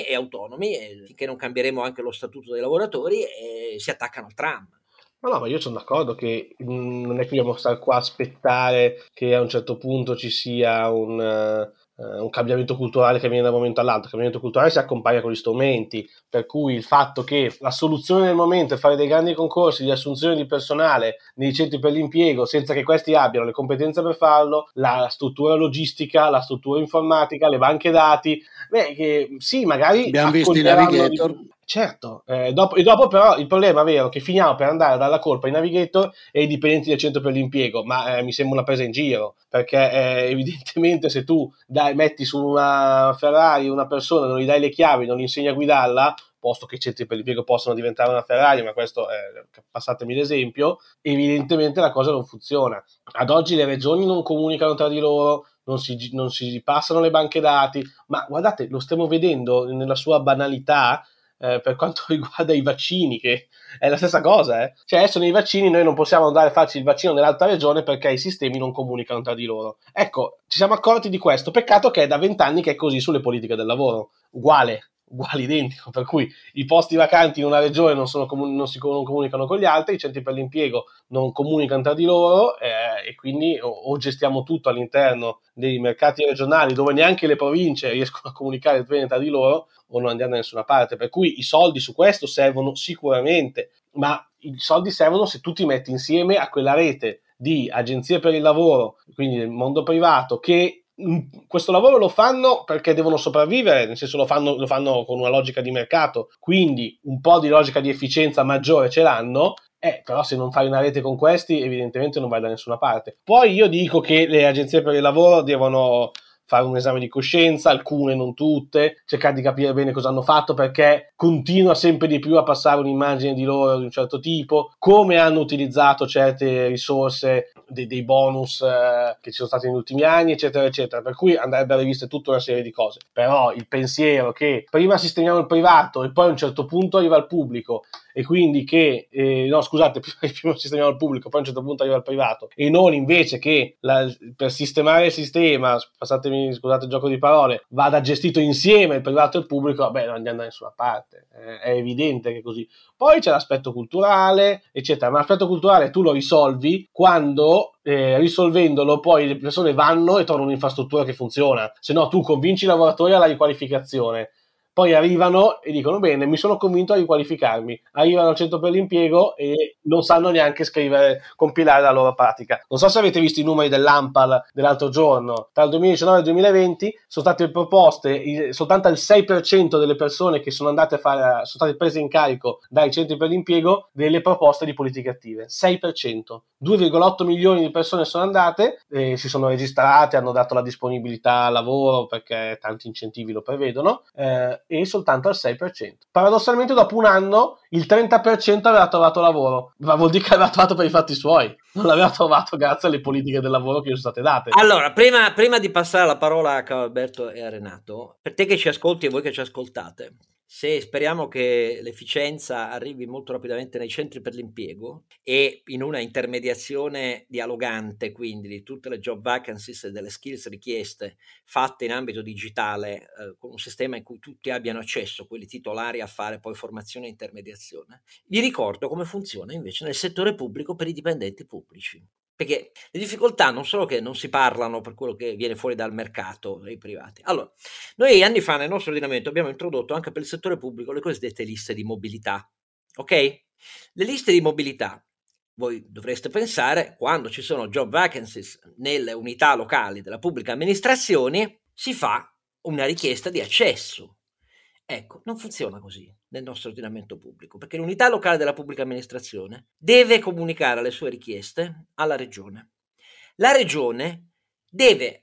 e finché non cambieremo anche lo statuto dei lavoratori, si attaccano al tram. No, ma io sono d'accordo che non è che dobbiamo stare qua a aspettare che a un certo punto ci sia un cambiamento culturale che viene da un momento all'altro. Il cambiamento culturale si accompagna con gli strumenti, per cui il fatto che la soluzione del momento è fare dei grandi concorsi di assunzione di personale nei centri per l'impiego senza che questi abbiano le competenze per farlo, la struttura logistica, la struttura informatica, le banche dati, sì, magari abbiamo visto i navigator. Certo, dopo però il problema vero è che finiamo per andare a dare la colpa ai navigator e ai dipendenti del centro per l'impiego, ma mi sembra una presa in giro, perché evidentemente se tu metti su una Ferrari una persona, non gli dai le chiavi, non gli insegni a guidarla, posto che i centri per l'impiego possono diventare una Ferrari, ma questo passatemi l'esempio, evidentemente la cosa non funziona. Ad oggi le regioni non comunicano tra di loro, non si passano le banche dati, ma guardate, lo stiamo vedendo nella sua banalità. Per quanto riguarda i vaccini, che è la stessa cosa, cioè adesso nei vaccini noi non possiamo andare a farci il vaccino nell'altra regione perché i sistemi non comunicano tra di loro. Ecco, ci siamo accorti di questo, peccato che è da 20 anni che è così sulle politiche del lavoro, uguale identico, per cui i posti vacanti in una regione non comunicano con gli altri, i centri per l'impiego non comunicano tra di loro, e quindi o gestiamo tutto all'interno dei mercati regionali dove neanche le province riescono a comunicare bene tra di loro, o non andiamo da nessuna parte. Per cui i soldi su questo servono sicuramente, ma i soldi servono se tu ti metti insieme a quella rete di agenzie per il lavoro, quindi del mondo privato, che questo lavoro lo fanno perché devono sopravvivere, nel senso lo fanno con una logica di mercato, quindi un po' di logica di efficienza maggiore ce l'hanno, però se non fai una rete con questi evidentemente non vai da nessuna parte. Poi io dico che le agenzie per il lavoro devono fare un esame di coscienza, alcune, non tutte, cercare di capire bene cosa hanno fatto, perché continua sempre di più a passare un'immagine di loro di un certo tipo, come hanno utilizzato certe risorse, dei bonus che ci sono stati negli ultimi anni, eccetera, eccetera. Per cui andrebbero riviste tutta una serie di cose. Però il pensiero che prima sistemiamo il privato e poi a un certo punto arriva al pubblico, e quindi che prima sistemiamo il pubblico, poi a un certo punto arriva al privato, e non invece che per sistemare il sistema, scusate il gioco di parole, vada gestito insieme il privato e il pubblico, vabbè, non andiamo da nessuna parte, è evidente che è così. Poi c'è l'aspetto culturale, eccetera, ma l'aspetto culturale tu lo risolvi quando, risolvendolo, poi le persone vanno e trovano un'infrastruttura che funziona. Se no, tu convinci i lavoratori alla riqualificazione, poi arrivano e dicono: bene, mi sono convinto a riqualificarmi, arrivano al centro per l'impiego e non sanno neanche compilare la loro pratica. Non so se avete visto i numeri dell'ANPAL dell'altro giorno, tra il 2019 e il 2020 sono state proposte soltanto il 6% delle persone che sono andate sono state prese in carico dai centri per l'impiego delle proposte di politiche attive. 6%. 2,8 milioni di persone sono andate, si sono registrate, hanno dato la disponibilità al lavoro perché tanti incentivi lo prevedono, e soltanto al 6%. Paradossalmente dopo un anno il 30% aveva trovato lavoro, ma vuol dire che aveva trovato per i fatti suoi, non l'aveva trovato grazie alle politiche del lavoro che gli sono state date. Allora, prima di passare la parola a Alberto e a Renato, per te che ci ascolti e voi che ci ascoltate, se speriamo che l'efficienza arrivi molto rapidamente nei centri per l'impiego e in una intermediazione dialogante, quindi di tutte le job vacancies e delle skills richieste fatte in ambito digitale, con un sistema in cui tutti abbiano accesso, quelli titolari a fare poi formazione e intermediazione, vi ricordo come funziona invece nel settore pubblico per i dipendenti pubblici. Perché le difficoltà non solo che non si parlano per quello che viene fuori dal mercato dei privati. Allora, noi anni fa nel nostro ordinamento abbiamo introdotto anche per il settore pubblico le cosiddette liste di mobilità, ok? Le liste di mobilità, voi dovreste pensare, quando ci sono job vacancies nelle unità locali della pubblica amministrazione, si fa una richiesta di accesso. Ecco, non funziona così nel nostro ordinamento pubblico, perché l'unità locale della pubblica amministrazione deve comunicare le sue richieste alla regione. La regione deve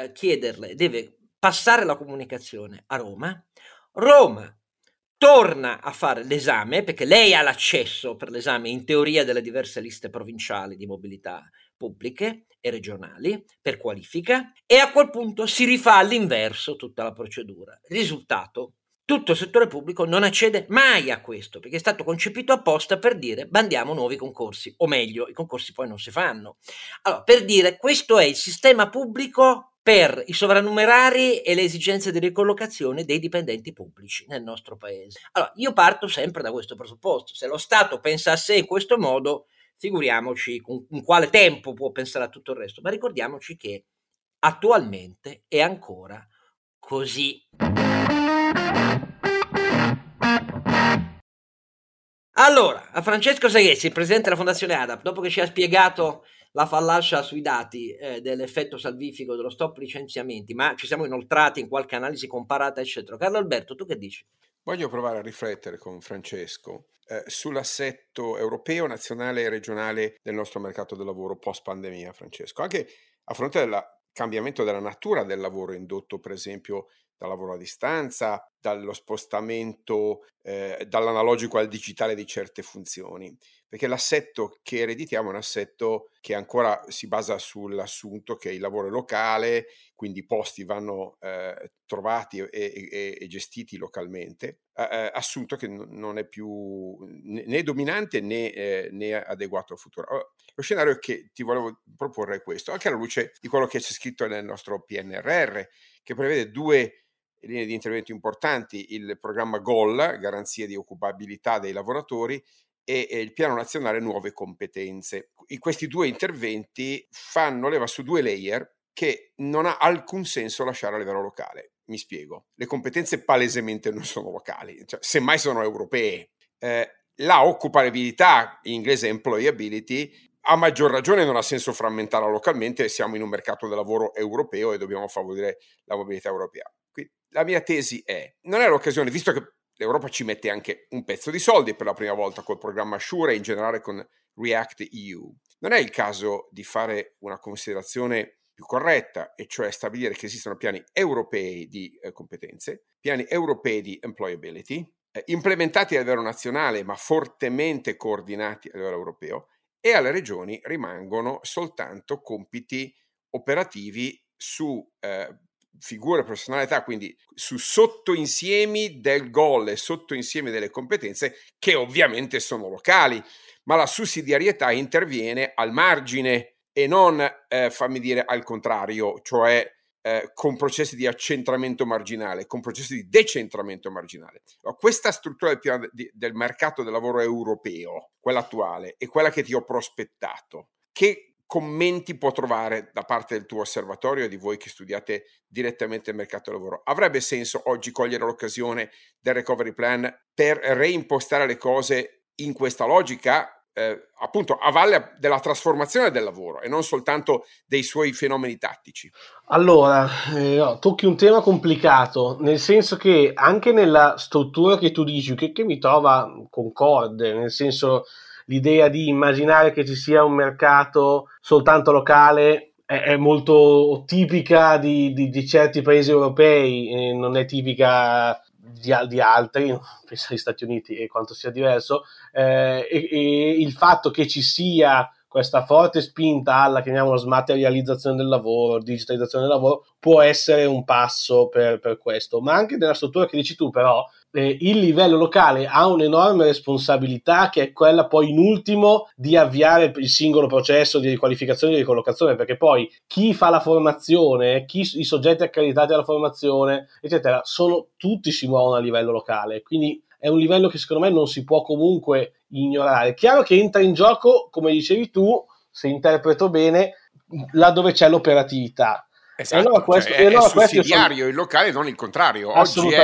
deve passare la comunicazione a Roma. Roma torna a fare l'esame, perché lei ha l'accesso per l'esame in teoria delle diverse liste provinciali di mobilità pubbliche e regionali per qualifica, e a quel punto si rifà all'inverso tutta la procedura. Risultato: tutto il settore pubblico non accede mai a questo, perché è stato concepito apposta per dire bandiamo nuovi concorsi, o meglio, i concorsi poi non si fanno. Allora, per dire, questo è il sistema pubblico per i sovrannumerari e le esigenze di ricollocazione dei dipendenti pubblici nel nostro paese. Allora, io parto sempre da questo presupposto: se lo Stato pensa a sé in questo modo, figuriamoci con quale tempo può pensare a tutto il resto. Ma ricordiamoci che attualmente è ancora così. Allora, a Francesco Seghezzi, il presidente della Fondazione ADAP, dopo che ci ha spiegato la fallascia sui dati dell'effetto salvifico dello stop licenziamenti, ma ci siamo inoltrati in qualche analisi comparata, eccetera. Carlo Alberto, tu che dici? Voglio provare a riflettere con Francesco sull'assetto europeo, nazionale e regionale del nostro mercato del lavoro post pandemia, Francesco, anche a fronte del cambiamento della natura del lavoro indotto per esempio dal lavoro a distanza, dallo spostamento dall'analogico al digitale di certe funzioni, perché l'assetto che ereditiamo è un assetto che ancora si basa sull'assunto che il lavoro è locale, quindi i posti vanno trovati e gestiti localmente, assunto che non è più né dominante né adeguato al futuro. Allora, lo scenario che ti volevo proporre è questo, anche alla luce di quello che c'è scritto nel nostro PNRR, che prevede 2 linee di intervento importanti: il programma GOL, garanzia di occupabilità dei lavoratori, e il piano nazionale nuove competenze. Questi 2 interventi fanno leva su 2 layer che non ha alcun senso lasciare a livello locale. Mi spiego: le competenze palesemente non sono locali, cioè semmai sono europee. La occupabilità, in inglese employability, a maggior ragione non ha senso frammentarla localmente, siamo in un mercato del lavoro europeo e dobbiamo favorire la mobilità europea. Quindi la mia tesi è: non è l'occasione, visto che l'Europa ci mette anche un pezzo di soldi per la prima volta col programma SURE e in generale con React EU, non è il caso di fare una considerazione più corretta, e cioè stabilire che esistono piani europei di competenze, piani europei di employability, implementati a livello nazionale ma fortemente coordinati a livello europeo, e alle regioni rimangono soltanto compiti operativi su figure personalità, quindi su sottoinsiemi del goal e sottoinsiemi delle competenze che ovviamente sono locali, ma la sussidiarietà interviene al margine e non, fammi dire, al contrario, cioè con processi di accentramento marginale, con processi di decentramento marginale. Questa struttura del mercato del lavoro europeo, quella attuale, e quella che ti ho prospettato, che commenti può trovare da parte del tuo osservatorio e di voi che studiate direttamente il mercato del lavoro? Avrebbe senso oggi cogliere l'occasione del recovery plan per reimpostare le cose in questa logica, appunto a valle della trasformazione del lavoro e non soltanto dei suoi fenomeni tattici? Allora, tocchi un tema complicato, nel senso che anche nella struttura che tu dici, che mi trova concorde, nel senso, l'idea di immaginare che ci sia un mercato soltanto locale è molto tipica di certi paesi europei, non è tipica di altri, penso agli Stati Uniti e quanto sia diverso, e il fatto che ci sia questa forte spinta alla, chiamiamola, smaterializzazione del lavoro, digitalizzazione del lavoro, può essere un passo per questo. Ma anche nella struttura che dici tu, però, il livello locale ha un'enorme responsabilità, che è quella poi in ultimo di avviare il singolo processo di riqualificazione e di ricollocazione, perché poi chi fa la formazione, i soggetti accreditati alla formazione, eccetera, tutti si muovono a livello locale, quindi è un livello che secondo me non si può comunque ignorare. Chiaro che entra in gioco, come dicevi tu, se interpreto bene, là dove c'è l'operatività. Esatto, allora è sussidiario il locale, non il contrario.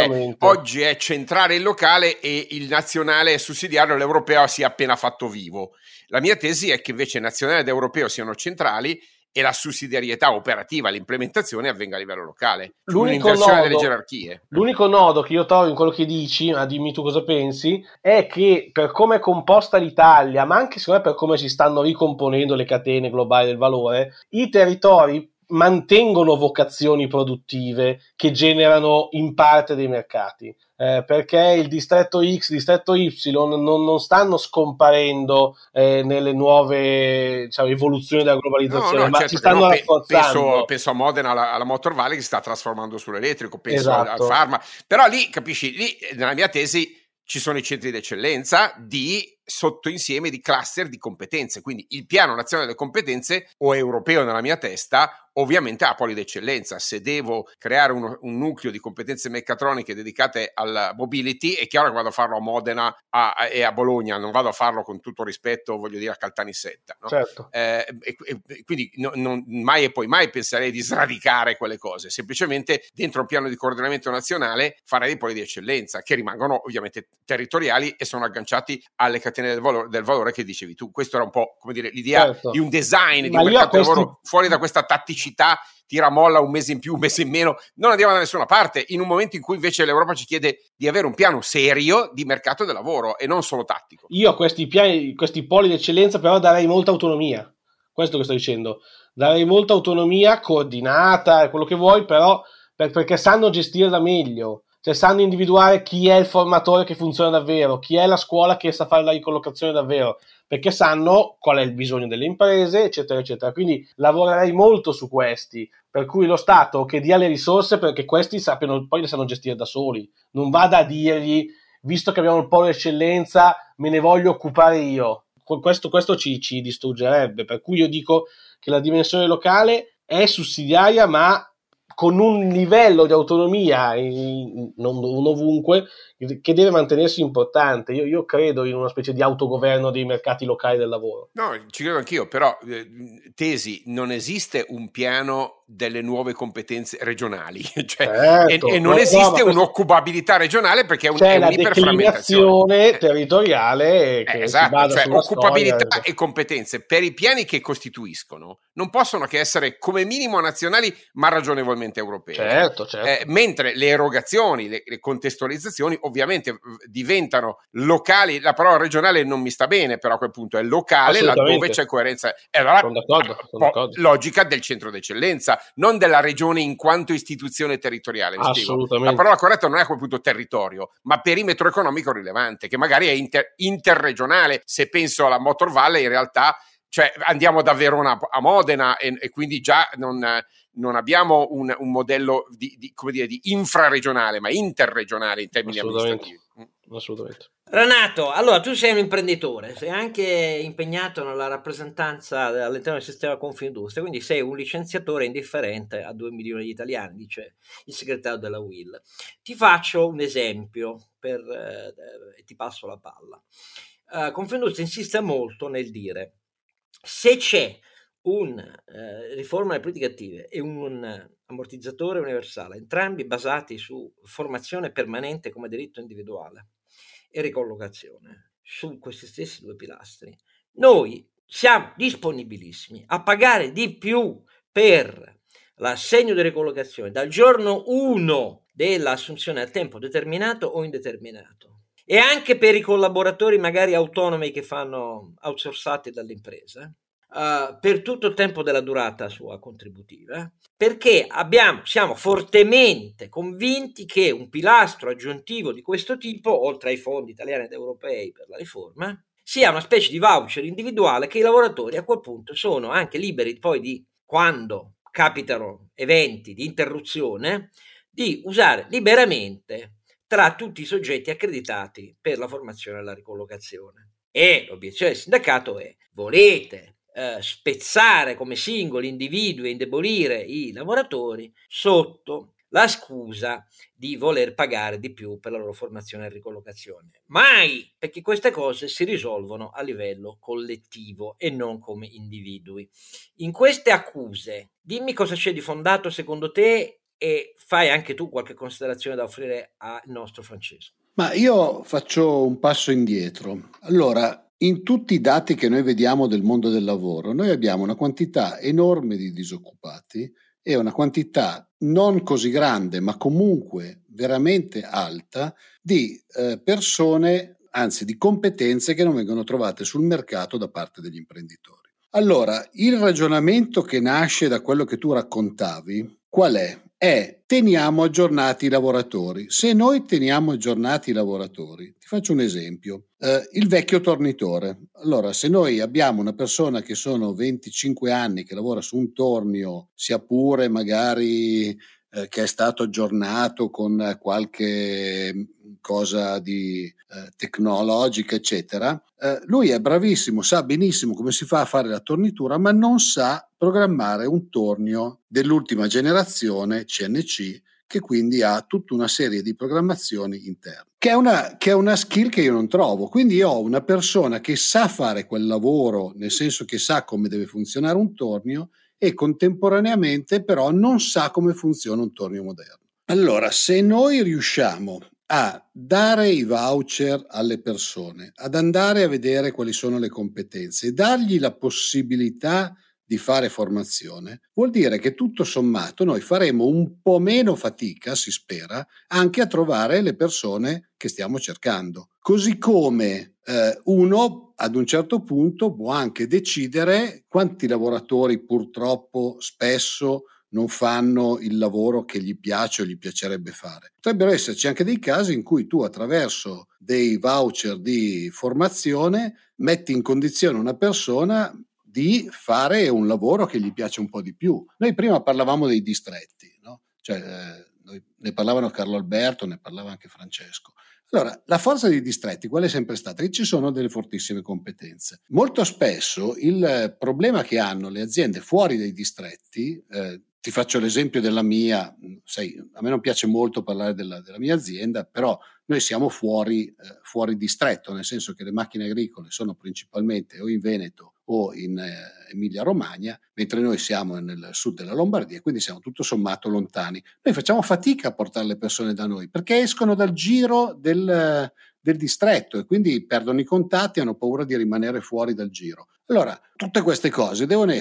Oggi è centrale il locale e il nazionale è sussidiario, l'europeo si è appena fatto vivo. La mia tesi è che invece nazionale ed europeo siano centrali e la sussidiarietà operativa, l'implementazione avvenga a livello locale. Un'inversione delle gerarchie. L'unico nodo che io trovo in quello che dici, ma dimmi tu cosa pensi, è che per come è composta l'Italia, ma anche secondo me per come si stanno ricomponendo le catene globali del valore, i territori mantengono vocazioni produttive che generano in parte dei mercati, perché il distretto X, distretto Y non stanno scomparendo nelle nuove, diciamo, evoluzioni della globalizzazione, ma certo, si stanno rafforzando. Penso a Modena, alla Motor Valley, che si sta trasformando sull'elettrico, penso al Pharma, però lì, capisci, lì nella mia tesi ci sono i centri d'eccellenza di sottoinsieme di cluster di competenze, quindi il piano nazionale delle competenze, o europeo nella mia testa, ovviamente ha poli d'eccellenza. Se devo creare un nucleo di competenze meccatroniche dedicate alla mobility, è chiaro che vado a farlo a Modena e a Bologna, non vado a farlo, con tutto rispetto, voglio dire, a Caltanissetta, no? Certo. Quindi non mai e poi mai penserei di sradicare quelle cose, semplicemente dentro un piano di coordinamento nazionale farei dei poli di eccellenza che rimangono ovviamente territoriali e sono agganciati alle catene del valore che dicevi tu. Questo era un po', come dire, l'idea, certo, di un design di un mercato del lavoro fuori da questa tatticità, tira molla, un mese in più, un mese in meno, non andiamo da nessuna parte, in un momento in cui invece l'Europa ci chiede di avere un piano serio di mercato del lavoro e non solo tattico. Io a questi piani, questi poli di eccellenza, però darei molta autonomia, questo che sto dicendo, darei molta autonomia coordinata, quello che vuoi, però perché sanno gestirla meglio. Cioè sanno individuare chi è il formatore che funziona davvero, chi è la scuola che sa fare la ricollocazione davvero, perché sanno qual è il bisogno delle imprese, eccetera, eccetera. Quindi lavorerei molto su questi, per cui lo Stato che dia le risorse perché questi sappiano, poi le sanno gestire da soli. Non vada a dirgli, visto che abbiamo il polo eccellenza, me ne voglio occupare io. Questo ci distruggerebbe, per cui io dico che la dimensione locale è sussidiaria, ma con un livello di autonomia, non ovunque, che deve mantenersi importante. Io credo in una specie di autogoverno dei mercati locali del lavoro. No, ci credo anch'io, però tesi, non esiste un piano delle nuove competenze regionali, cioè, certo, e non esiste un'occupabilità regionale perché è la declinazione territoriale che esatto, si basa cioè sulla occupabilità storia. e competenze per i piani che costituiscono non possono che essere come minimo nazionali ma ragionevolmente europee. Certo. Mentre le erogazioni, le contestualizzazioni ovviamente diventano locali. La parola regionale non mi sta bene, però a quel punto è locale laddove c'è coerenza. E allora sono d'accordo. Logica del centro d'eccellenza, non della regione in quanto istituzione territoriale. Assolutamente. La parola corretta non è a quel punto territorio, ma perimetro economico rilevante, che magari è interregionale. Se penso alla Motor Valley, in realtà, cioè, andiamo da Verona a Modena e quindi già non abbiamo un modello di infraregionale, ma interregionale in termini amministrativi. Assolutamente. Renato, allora tu sei un imprenditore, sei anche impegnato nella rappresentanza all'interno del sistema Confindustria, quindi sei un licenziatore indifferente a 2 milioni di italiani, dice il segretario della UIL. Ti faccio un esempio e ti passo la palla. Confindustria insiste molto nel dire: se c'è una riforma delle politiche attive e un ammortizzatore universale, entrambi basati su formazione permanente come diritto individuale e ricollocazione, su questi stessi due pilastri, noi siamo disponibilissimi a pagare di più per l'assegno di ricollocazione dal giorno 1 dell'assunzione a tempo determinato o indeterminato, e anche per i collaboratori magari autonomi che fanno outsourcati dall'impresa, per tutto il tempo della durata sua contributiva, perché siamo fortemente convinti che un pilastro aggiuntivo di questo tipo, oltre ai fondi italiani ed europei per la riforma, sia una specie di voucher individuale che i lavoratori a quel punto sono anche liberi poi di, quando capitano eventi di interruzione, di usare liberamente tra tutti i soggetti accreditati per la formazione e la ricollocazione. E l'obiezione del sindacato è: volete spezzare come singoli individui e indebolire i lavoratori sotto la scusa di voler pagare di più per la loro formazione e ricollocazione. Mai, perché queste cose si risolvono a livello collettivo e non come individui. In queste accuse, dimmi cosa c'è di fondato secondo te e fai anche tu qualche considerazione da offrire al nostro Francesco. Ma io faccio un passo indietro. Allora, in tutti i dati che noi vediamo del mondo del lavoro, noi abbiamo una quantità enorme di disoccupati e una quantità non così grande, ma comunque veramente alta, di persone, anzi di competenze che non vengono trovate sul mercato da parte degli imprenditori. Allora, il ragionamento che nasce da quello che tu raccontavi, qual è? Teniamo aggiornati i lavoratori. Se noi teniamo aggiornati i lavoratori, ti faccio un esempio, il vecchio tornitore. Allora, se noi abbiamo una persona che sono 25 anni che lavora su un tornio, sia pure magari che è stato aggiornato con qualche cosa di tecnologica, eccetera, lui è bravissimo, sa benissimo come si fa a fare la tornitura, ma non sa programmare un tornio dell'ultima generazione CNC, che quindi ha tutta una serie di programmazioni interne, che è una skill che io non trovo. Quindi io ho una persona che sa fare quel lavoro, nel senso che sa come deve funzionare un tornio, e contemporaneamente però non sa come funziona un tornio moderno. Allora, se noi riusciamo a dare i voucher alle persone, ad andare a vedere quali sono le competenze e dargli la possibilità di fare formazione, vuol dire che tutto sommato noi faremo un po' meno fatica, si spera, anche a trovare le persone che stiamo cercando. Così come uno ad un certo punto può anche decidere quanti lavoratori purtroppo spesso non fanno il lavoro che gli piace o gli piacerebbe fare. Potrebbero esserci anche dei casi in cui tu, attraverso dei voucher di formazione, metti in condizione una persona di fare un lavoro che gli piace un po' di più. Noi prima parlavamo dei distretti, no? Ne parlavano Carlo Alberto, ne parlava anche Francesco. Allora, la forza dei distretti qual è sempre stata? Che ci sono delle fortissime competenze. Molto spesso il problema che hanno le aziende fuori dai distretti, ti faccio l'esempio della mia, a me non piace molto parlare della mia azienda, però noi siamo fuori distretto, nel senso che le macchine agricole sono principalmente o in Veneto o in Emilia Romagna, mentre noi siamo nel sud della Lombardia, quindi siamo tutto sommato lontani. Noi facciamo fatica a portare le persone da noi perché escono dal giro del distretto e quindi perdono i contatti, hanno paura di rimanere fuori dal giro. Allora, tutte queste cose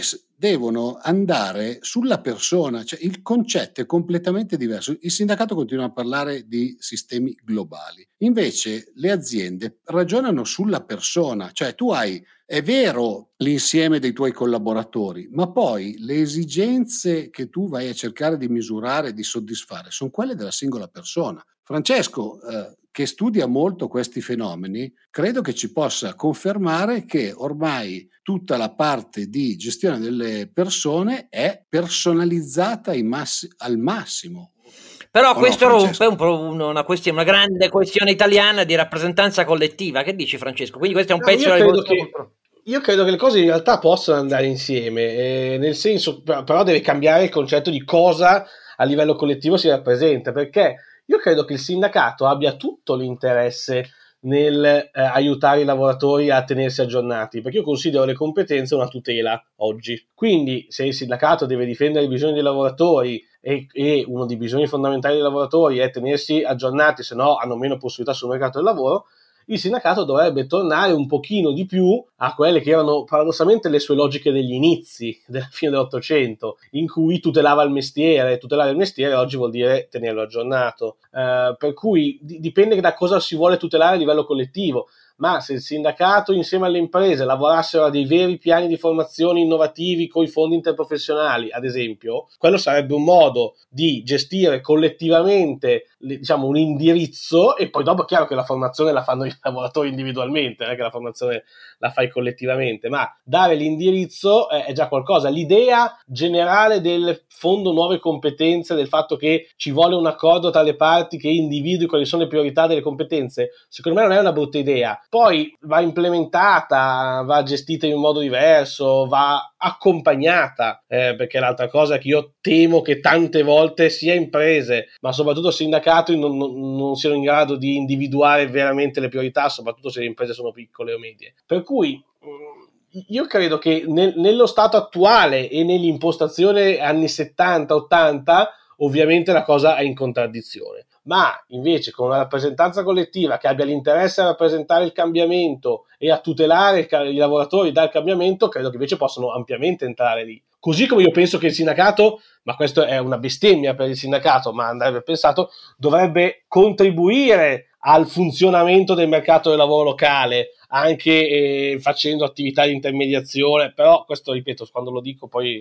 devono andare sulla persona, cioè il concetto è completamente diverso. Il sindacato continua a parlare di sistemi globali, invece le aziende ragionano sulla persona, cioè tu hai, è vero, l'insieme dei tuoi collaboratori, ma poi le esigenze che tu vai a cercare di misurare, di soddisfare, sono quelle della singola persona. Francesco, che studia molto questi fenomeni, credo che ci possa confermare che ormai tutta la parte di gestione delle persone è personalizzata al massimo. Però questo rompe una grande questione italiana di rappresentanza collettiva. Che dici, Francesco? Quindi questo è un pezzo della rivoluzione. Io credo che le cose in realtà possano andare insieme, nel senso, però deve cambiare il concetto di cosa a livello collettivo si rappresenta, perché io credo che il sindacato abbia tutto l'interesse nel aiutare i lavoratori a tenersi aggiornati, perché io considero le competenze una tutela oggi. Quindi se il sindacato deve difendere i bisogni dei lavoratori e uno dei bisogni fondamentali dei lavoratori è tenersi aggiornati, se no hanno meno possibilità sul mercato del lavoro, il sindacato dovrebbe tornare un pochino di più a quelle che erano paradossalmente le sue logiche degli inizi, della fine dell'Ottocento, in cui tutelava il mestiere. Tutelare il mestiere oggi vuol dire tenerlo aggiornato. Per cui dipende da cosa si vuole tutelare a livello collettivo. Ma se il sindacato insieme alle imprese lavorassero a dei veri piani di formazione innovativi con i fondi interprofessionali, ad esempio, quello sarebbe un modo di gestire collettivamente, diciamo, un indirizzo, e poi dopo è chiaro che la formazione la fanno i lavoratori individualmente, non è che la formazione la fai collettivamente, ma dare l'indirizzo è già qualcosa. L'idea generale del fondo nuove competenze, del fatto che ci vuole un accordo tra le parti che individui quali sono le priorità delle competenze, secondo me non è una brutta idea. Poi va implementata, va gestita in un modo diverso, va accompagnata, perché l'altra cosa che io temo che tante volte sia imprese, ma soprattutto sindacati non siano in grado di individuare veramente le priorità, soprattutto se le imprese sono piccole o medie. Per cui io credo che nello stato attuale e nell'impostazione anni 70-80 ovviamente la cosa è in contraddizione, ma invece con una rappresentanza collettiva che abbia l'interesse a rappresentare il cambiamento e a tutelare i lavoratori dal cambiamento, credo che invece possano ampiamente entrare lì. Così come io penso che il sindacato, ma questo è una bestemmia per il sindacato, ma andrebbe pensato, dovrebbe contribuire al funzionamento del mercato del lavoro locale, anche facendo attività di intermediazione. Però questo, ripeto, quando lo dico poi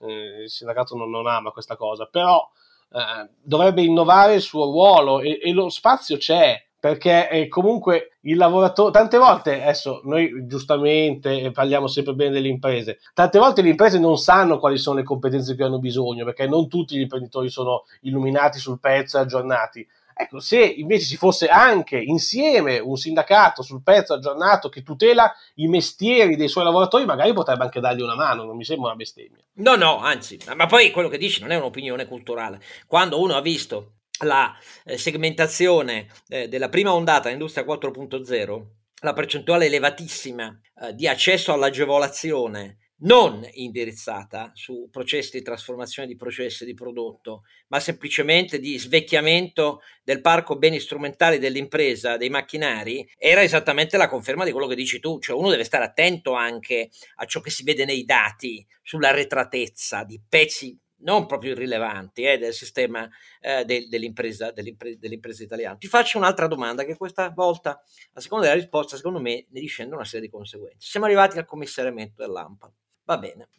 il sindacato non ama questa cosa, però dovrebbe innovare il suo ruolo e lo spazio c'è, perché comunque il lavoratore, tante volte, adesso noi giustamente parliamo sempre bene delle imprese, tante volte le imprese non sanno quali sono le competenze che hanno bisogno, perché non tutti gli imprenditori sono illuminati sul pezzo e aggiornati. Ecco, se invece ci fosse anche insieme un sindacato sul pezzo aggiornato che tutela i mestieri dei suoi lavoratori, magari potrebbe anche dargli una mano, non mi sembra una bestemmia. No, anzi, ma poi quello che dici non è un'opinione culturale. Quando uno ha visto la segmentazione della prima ondata Industria 4.0, la percentuale elevatissima di accesso all'agevolazione non indirizzata su processi di trasformazione di processi di prodotto, ma semplicemente di svecchiamento del parco beni strumentali dell'impresa, dei macchinari, era esattamente la conferma di quello che dici tu. Cioè uno deve stare attento anche a ciò che si vede nei dati sull'arretratezza di pezzi non proprio irrilevanti del sistema dell'impresa italiana. Ti faccio un'altra domanda, che questa volta, a seconda della risposta, secondo me ne discende una serie di conseguenze. Siamo arrivati al commissariamento dell'ANPAL. Va bene,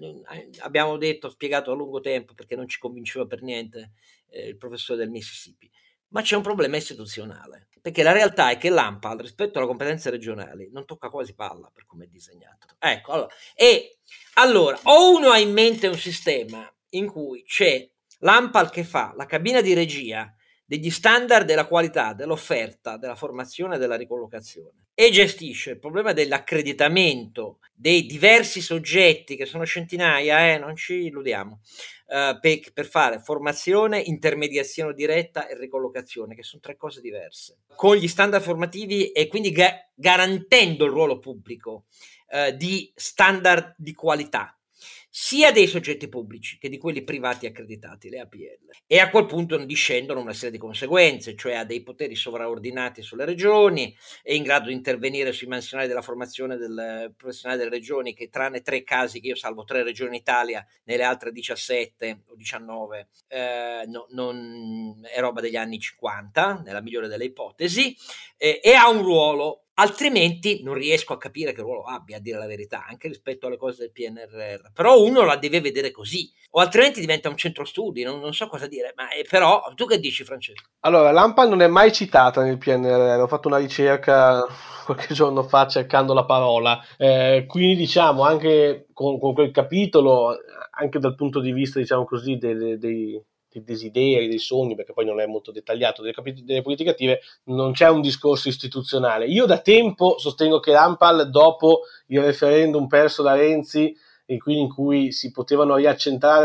abbiamo spiegato a lungo tempo perché non ci convinceva per niente il professore del Mississippi, ma c'è un problema istituzionale, perché la realtà è che l'ANPAL rispetto alle competenze regionali non tocca quasi palla per come è disegnato. Ecco, allora o uno ha in mente un sistema in cui c'è l'ANPAL che fa la cabina di regia degli standard della qualità, dell'offerta, della formazione e della ricollocazione, e gestisce il problema dell'accreditamento dei diversi soggetti, che sono centinaia, non ci illudiamo, per fare formazione, intermediazione diretta e ricollocazione, che sono 3 cose diverse, con gli standard formativi e quindi garantendo il ruolo pubblico di standard di qualità, sia dei soggetti pubblici che di quelli privati accreditati, le APL. E a quel punto discendono una serie di conseguenze, cioè ha dei poteri sovraordinati sulle regioni, è in grado di intervenire sui mansionali della formazione del professionale delle regioni, che tranne 3 casi, che io salvo 3 regioni in Italia, nelle altre 17 o 19 non è roba degli anni 50, nella migliore delle ipotesi, e ha un ruolo. Altrimenti non riesco a capire che ruolo abbia, a dire la verità, anche rispetto alle cose del PNRR. Però uno la deve vedere così, o altrimenti diventa un centro studi, non so cosa dire. Ma però tu che dici, Francesco? Allora, l'ANPAL non è mai citata nel PNRR, ho fatto una ricerca qualche giorno fa cercando la parola, quindi diciamo anche con quel capitolo, anche dal punto di vista, diciamo così, dei desideri, dei sogni, perché poi non è molto dettagliato, delle politiche attive, non c'è un discorso istituzionale. Io da tempo sostengo che l'ANPAL, dopo il referendum perso da Renzi, e quindi in cui si potevano riaccentrare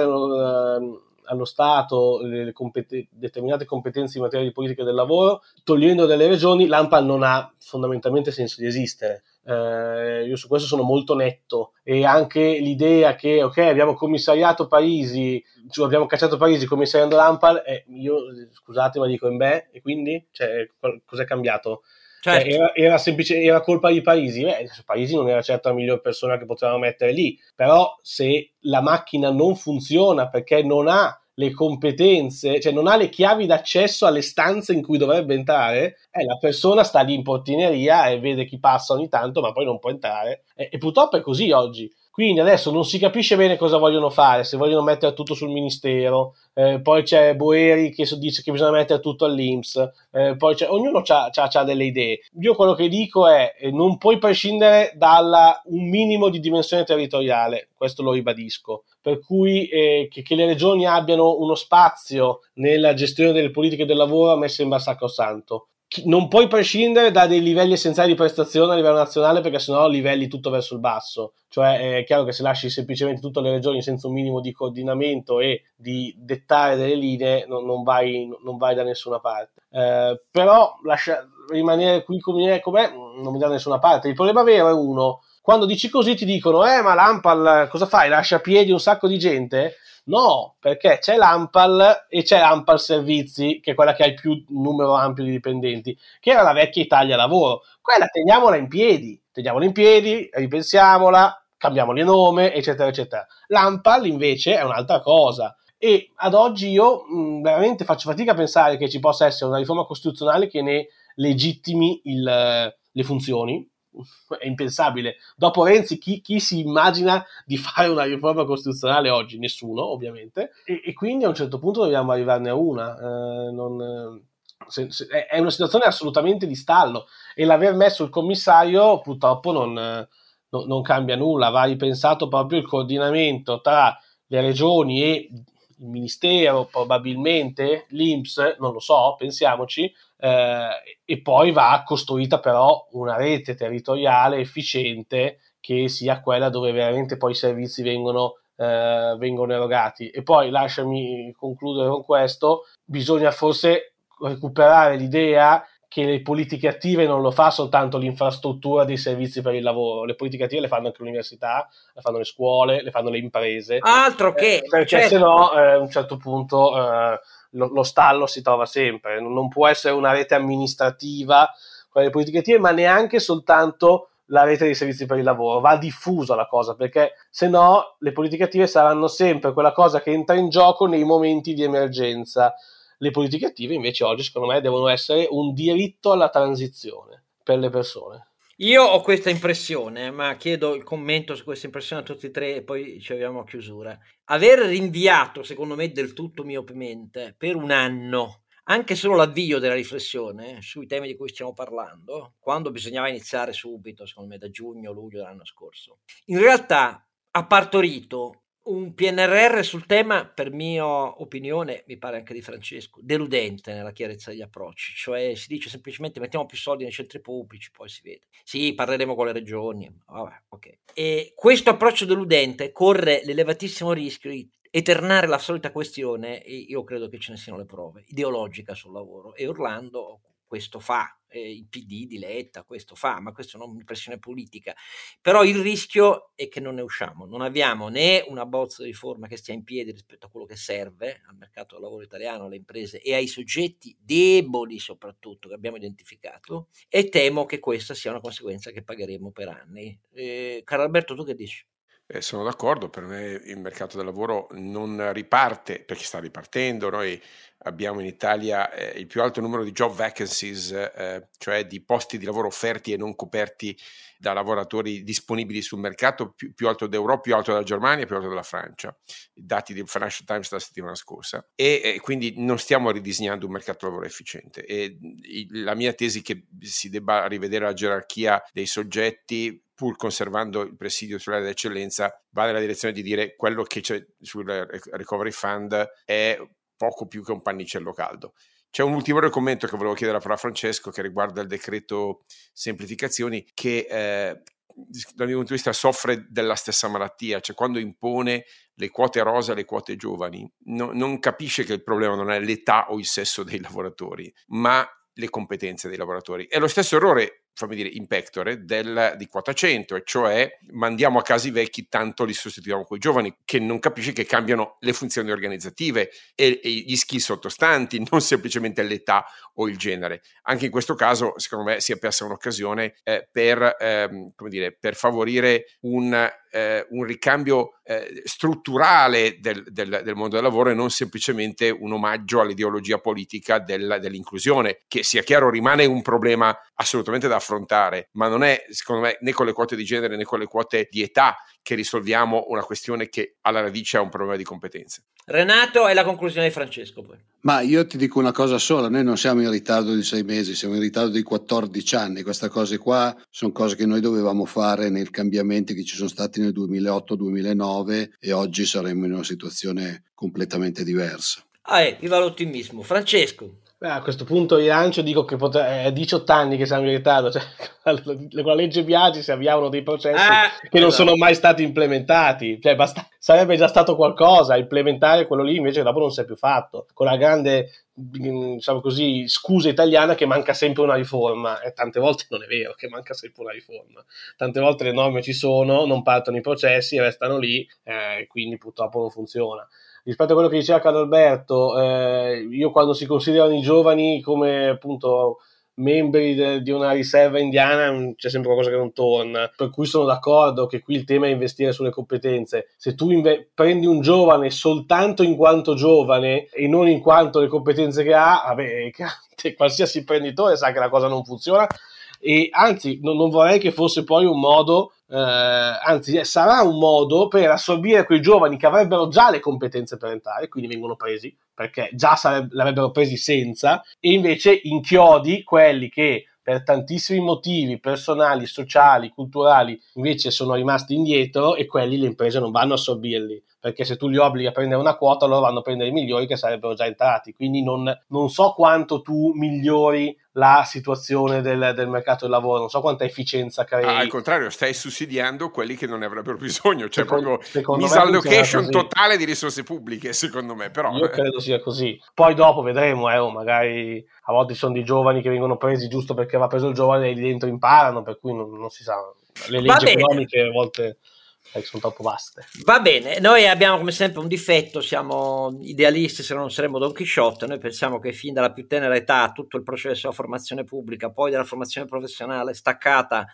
allo Stato determinate competenze in materia di politica del lavoro, togliendo dalle regioni, l'ANPAL non ha fondamentalmente senso di esistere. Io su questo sono molto netto, e anche l'idea che ok, abbiamo commissariato Parisi, cioè abbiamo cacciato Parisi commissariando l'ANPAL, io scusate ma dico e quindi cos'è cambiato? Certo. Cioè, era colpa di Parisi? Parisi non era certo la miglior persona che potevamo mettere lì, però se la macchina non funziona perché non ha le competenze, cioè non ha le chiavi d'accesso alle stanze in cui dovrebbe entrare, la persona sta lì in portineria e vede chi passa ogni tanto, ma poi non può entrare, e purtroppo è così oggi. Quindi adesso non si capisce bene cosa vogliono fare, se vogliono mettere tutto sul ministero, poi c'è Boeri che dice che bisogna mettere tutto all'INPS, poi ognuno ha delle idee. Io quello che dico è non puoi prescindere da un minimo di dimensione territoriale, questo lo ribadisco, per cui che le regioni abbiano uno spazio nella gestione delle politiche del lavoro a me sembra sacrosanto. Non puoi prescindere da dei livelli essenziali di prestazione a livello nazionale, perché sennò livelli tutto verso il basso. Cioè è chiaro che se lasci semplicemente tutte le regioni senza un minimo di coordinamento e di dettare delle linee non vai da nessuna parte. Però rimanere qui com'è non mi dà da nessuna parte. Il problema vero è uno: quando dici così ti dicono ma l'ANPAL cosa fai? Lascia a piedi un sacco di gente? No, perché c'è l'ANPAL e c'è l'ANPAL Servizi, che è quella che ha il più numero ampio di dipendenti, che era la vecchia Italia Lavoro. Quella teniamola in piedi, ripensiamola, cambiamole nome, eccetera, eccetera. L'ANPAL invece è un'altra cosa. E ad oggi io veramente faccio fatica a pensare che ci possa essere una riforma costituzionale che ne legittimi le funzioni. È impensabile. Dopo Renzi chi si immagina di fare una riforma costituzionale oggi? Nessuno, ovviamente, e quindi a un certo punto dobbiamo arrivarne a una. È una situazione assolutamente di stallo, e l'aver messo il commissario purtroppo non cambia nulla. Va ripensato proprio il coordinamento tra le regioni e il ministero, probabilmente l'INPS, non lo so, pensiamoci, e poi va costruita però una rete territoriale efficiente, che sia quella dove veramente poi i servizi vengono erogati. E poi lasciami concludere con questo: bisogna forse recuperare l'idea che le politiche attive non lo fa soltanto l'infrastruttura dei servizi per il lavoro, le politiche attive le fanno anche l'università, le fanno le scuole, le fanno le imprese, altro che perché certo. se no a un certo punto lo stallo si trova sempre. Non può essere una rete amministrativa quelle politiche attive, ma neanche soltanto la rete dei servizi per il lavoro. Va diffusa la cosa, perché se no le politiche attive saranno sempre quella cosa che entra in gioco nei momenti di emergenza. Le politiche attive invece oggi secondo me devono essere un diritto alla transizione per le persone. Io ho questa impressione, ma chiedo il commento su questa impressione a tutti e tre e poi ci arriviamo a chiusura. Aver rinviato, secondo me del tutto miopemente, per un anno anche solo l'avvio della riflessione sui temi di cui stiamo parlando, quando bisognava iniziare subito, secondo me da giugno, luglio dell'anno scorso, in realtà ha partorito un PNRR sul tema, per mia opinione, mi pare anche di Francesco, deludente nella chiarezza degli approcci, cioè si dice semplicemente mettiamo più soldi nei centri pubblici, poi si vede. Sì, parleremo con le regioni, vabbè, ok. E questo approccio deludente corre l'elevatissimo rischio di eternare la solita questione, e io credo che ce ne siano le prove, ideologica sul lavoro, e Orlando questo fa, il PD di Letta questo fa, ma questa è un'impressione politica. Però il rischio è che non ne usciamo, non abbiamo né una bozza di riforma che stia in piedi rispetto a quello che serve al mercato del lavoro italiano, alle imprese e ai soggetti deboli soprattutto che abbiamo identificato, e temo che questa sia una conseguenza che pagheremo per anni. Carlo Alberto, tu che dici? Sono d'accordo, per me il mercato del lavoro non riparte perché sta ripartendo. Noi abbiamo in Italia il più alto numero di job vacancies, cioè di posti di lavoro offerti e non coperti da lavoratori disponibili sul mercato, più alto d'Europa, più alto della Germania, più alto della Francia, i dati del Financial Times della settimana scorsa, e quindi non stiamo ridisegnando un mercato del lavoro efficiente. E la mia tesi è che si debba rivedere la gerarchia dei soggetti pur conservando il presidio sull'area d'eccellenza, va nella direzione di dire quello che c'è sul Recovery Fund è poco più che un pannicello caldo. C'è un ulteriore commento che volevo chiedere a Francesco che riguarda il decreto semplificazioni che dal mio punto di vista soffre della stessa malattia, cioè quando impone le quote rosa alle quote giovani non capisce che il problema non è l'età o il sesso dei lavoratori, ma le competenze dei lavoratori. È lo stesso errore, fammi dire, in pectore di quota 100, e cioè mandiamo a casa i vecchi, tanto li sostituiamo con i giovani, che non capisce che cambiano le funzioni organizzative e gli skill sottostanti, non semplicemente l'età o il genere. Anche in questo caso, secondo me, si è persa un'occasione per favorire un ricambio strutturale del mondo del lavoro e non semplicemente un omaggio all'ideologia politica dell'inclusione, che sia chiaro rimane un problema assolutamente da affrontare, ma non è, secondo me, né con le quote di genere né con le quote di età che risolviamo una questione che alla radice ha un problema di competenze. Renato, è la conclusione di Francesco poi. Ma io ti dico una cosa sola, noi non siamo in ritardo di 6 mesi, siamo in ritardo di 14 anni, queste cose qua sono cose che noi dovevamo fare nei cambiamenti che ci sono stati nel 2008-2009 e oggi saremmo in una situazione completamente diversa. Viva l'ottimismo. Francesco. A questo punto rilancio, dico che è 18 anni che siamo in ritardo, cioè, con la legge Biagi si avviavano dei processi che non sono mai stati implementati, cioè sarebbe già stato qualcosa a implementare quello lì, invece dopo non si è più fatto, con la grande, diciamo così, scusa italiana che manca sempre una riforma, e tante volte non è vero che manca sempre una riforma, tante volte le norme ci sono, non partono i processi, restano lì, quindi purtroppo non funziona. Rispetto a quello che diceva Carlo Alberto, io quando si considerano i giovani come appunto membri di una riserva indiana c'è sempre qualcosa che non torna, per cui sono d'accordo che qui il tema è investire sulle competenze. Se tu prendi un giovane soltanto in quanto giovane e non in quanto le competenze che ha, vabbè, qualsiasi imprenditore sa che la cosa non funziona, e anzi non vorrei che fosse poi un modo, anzi sarà un modo per assorbire quei giovani che avrebbero già le competenze per entrare, quindi vengono presi perché già l'avrebbero presi senza, e invece inchiodi quelli che per tantissimi motivi personali, sociali, culturali invece sono rimasti indietro, e quelli le imprese non vanno a assorbirli, perché se tu li obblighi a prendere una quota loro vanno a prendere i migliori che sarebbero già entrati, quindi non so quanto tu migliori la situazione del mercato del lavoro, non so quanta efficienza crei. Al contrario, stai sussidiando quelli che non ne avrebbero bisogno, cioè proprio misallocation totale di risorse pubbliche, secondo me. Però io credo sia così. Poi dopo vedremo, magari a volte ci sono dei giovani che vengono presi giusto perché va preso il giovane e lì dentro imparano, per cui non si sa. Le leggi economiche a volte sono troppo vaste. Va bene, noi abbiamo come sempre un difetto, siamo idealisti, se no non saremmo Don Chisciotte. Noi pensiamo che fin dalla più tenera età tutto il processo della formazione pubblica, poi della formazione professionale attaccata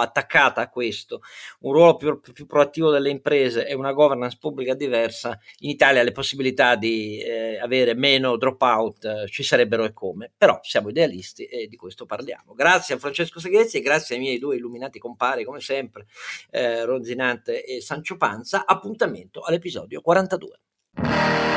a questo, un ruolo più proattivo delle imprese e una governance pubblica diversa, in Italia le possibilità di avere meno dropout ci sarebbero, e come, però siamo idealisti e di questo parliamo. Grazie a Francesco Seghezzi e grazie ai miei due illuminati compari come sempre, Ronzinante e Sancio Panza. Appuntamento all'episodio 42.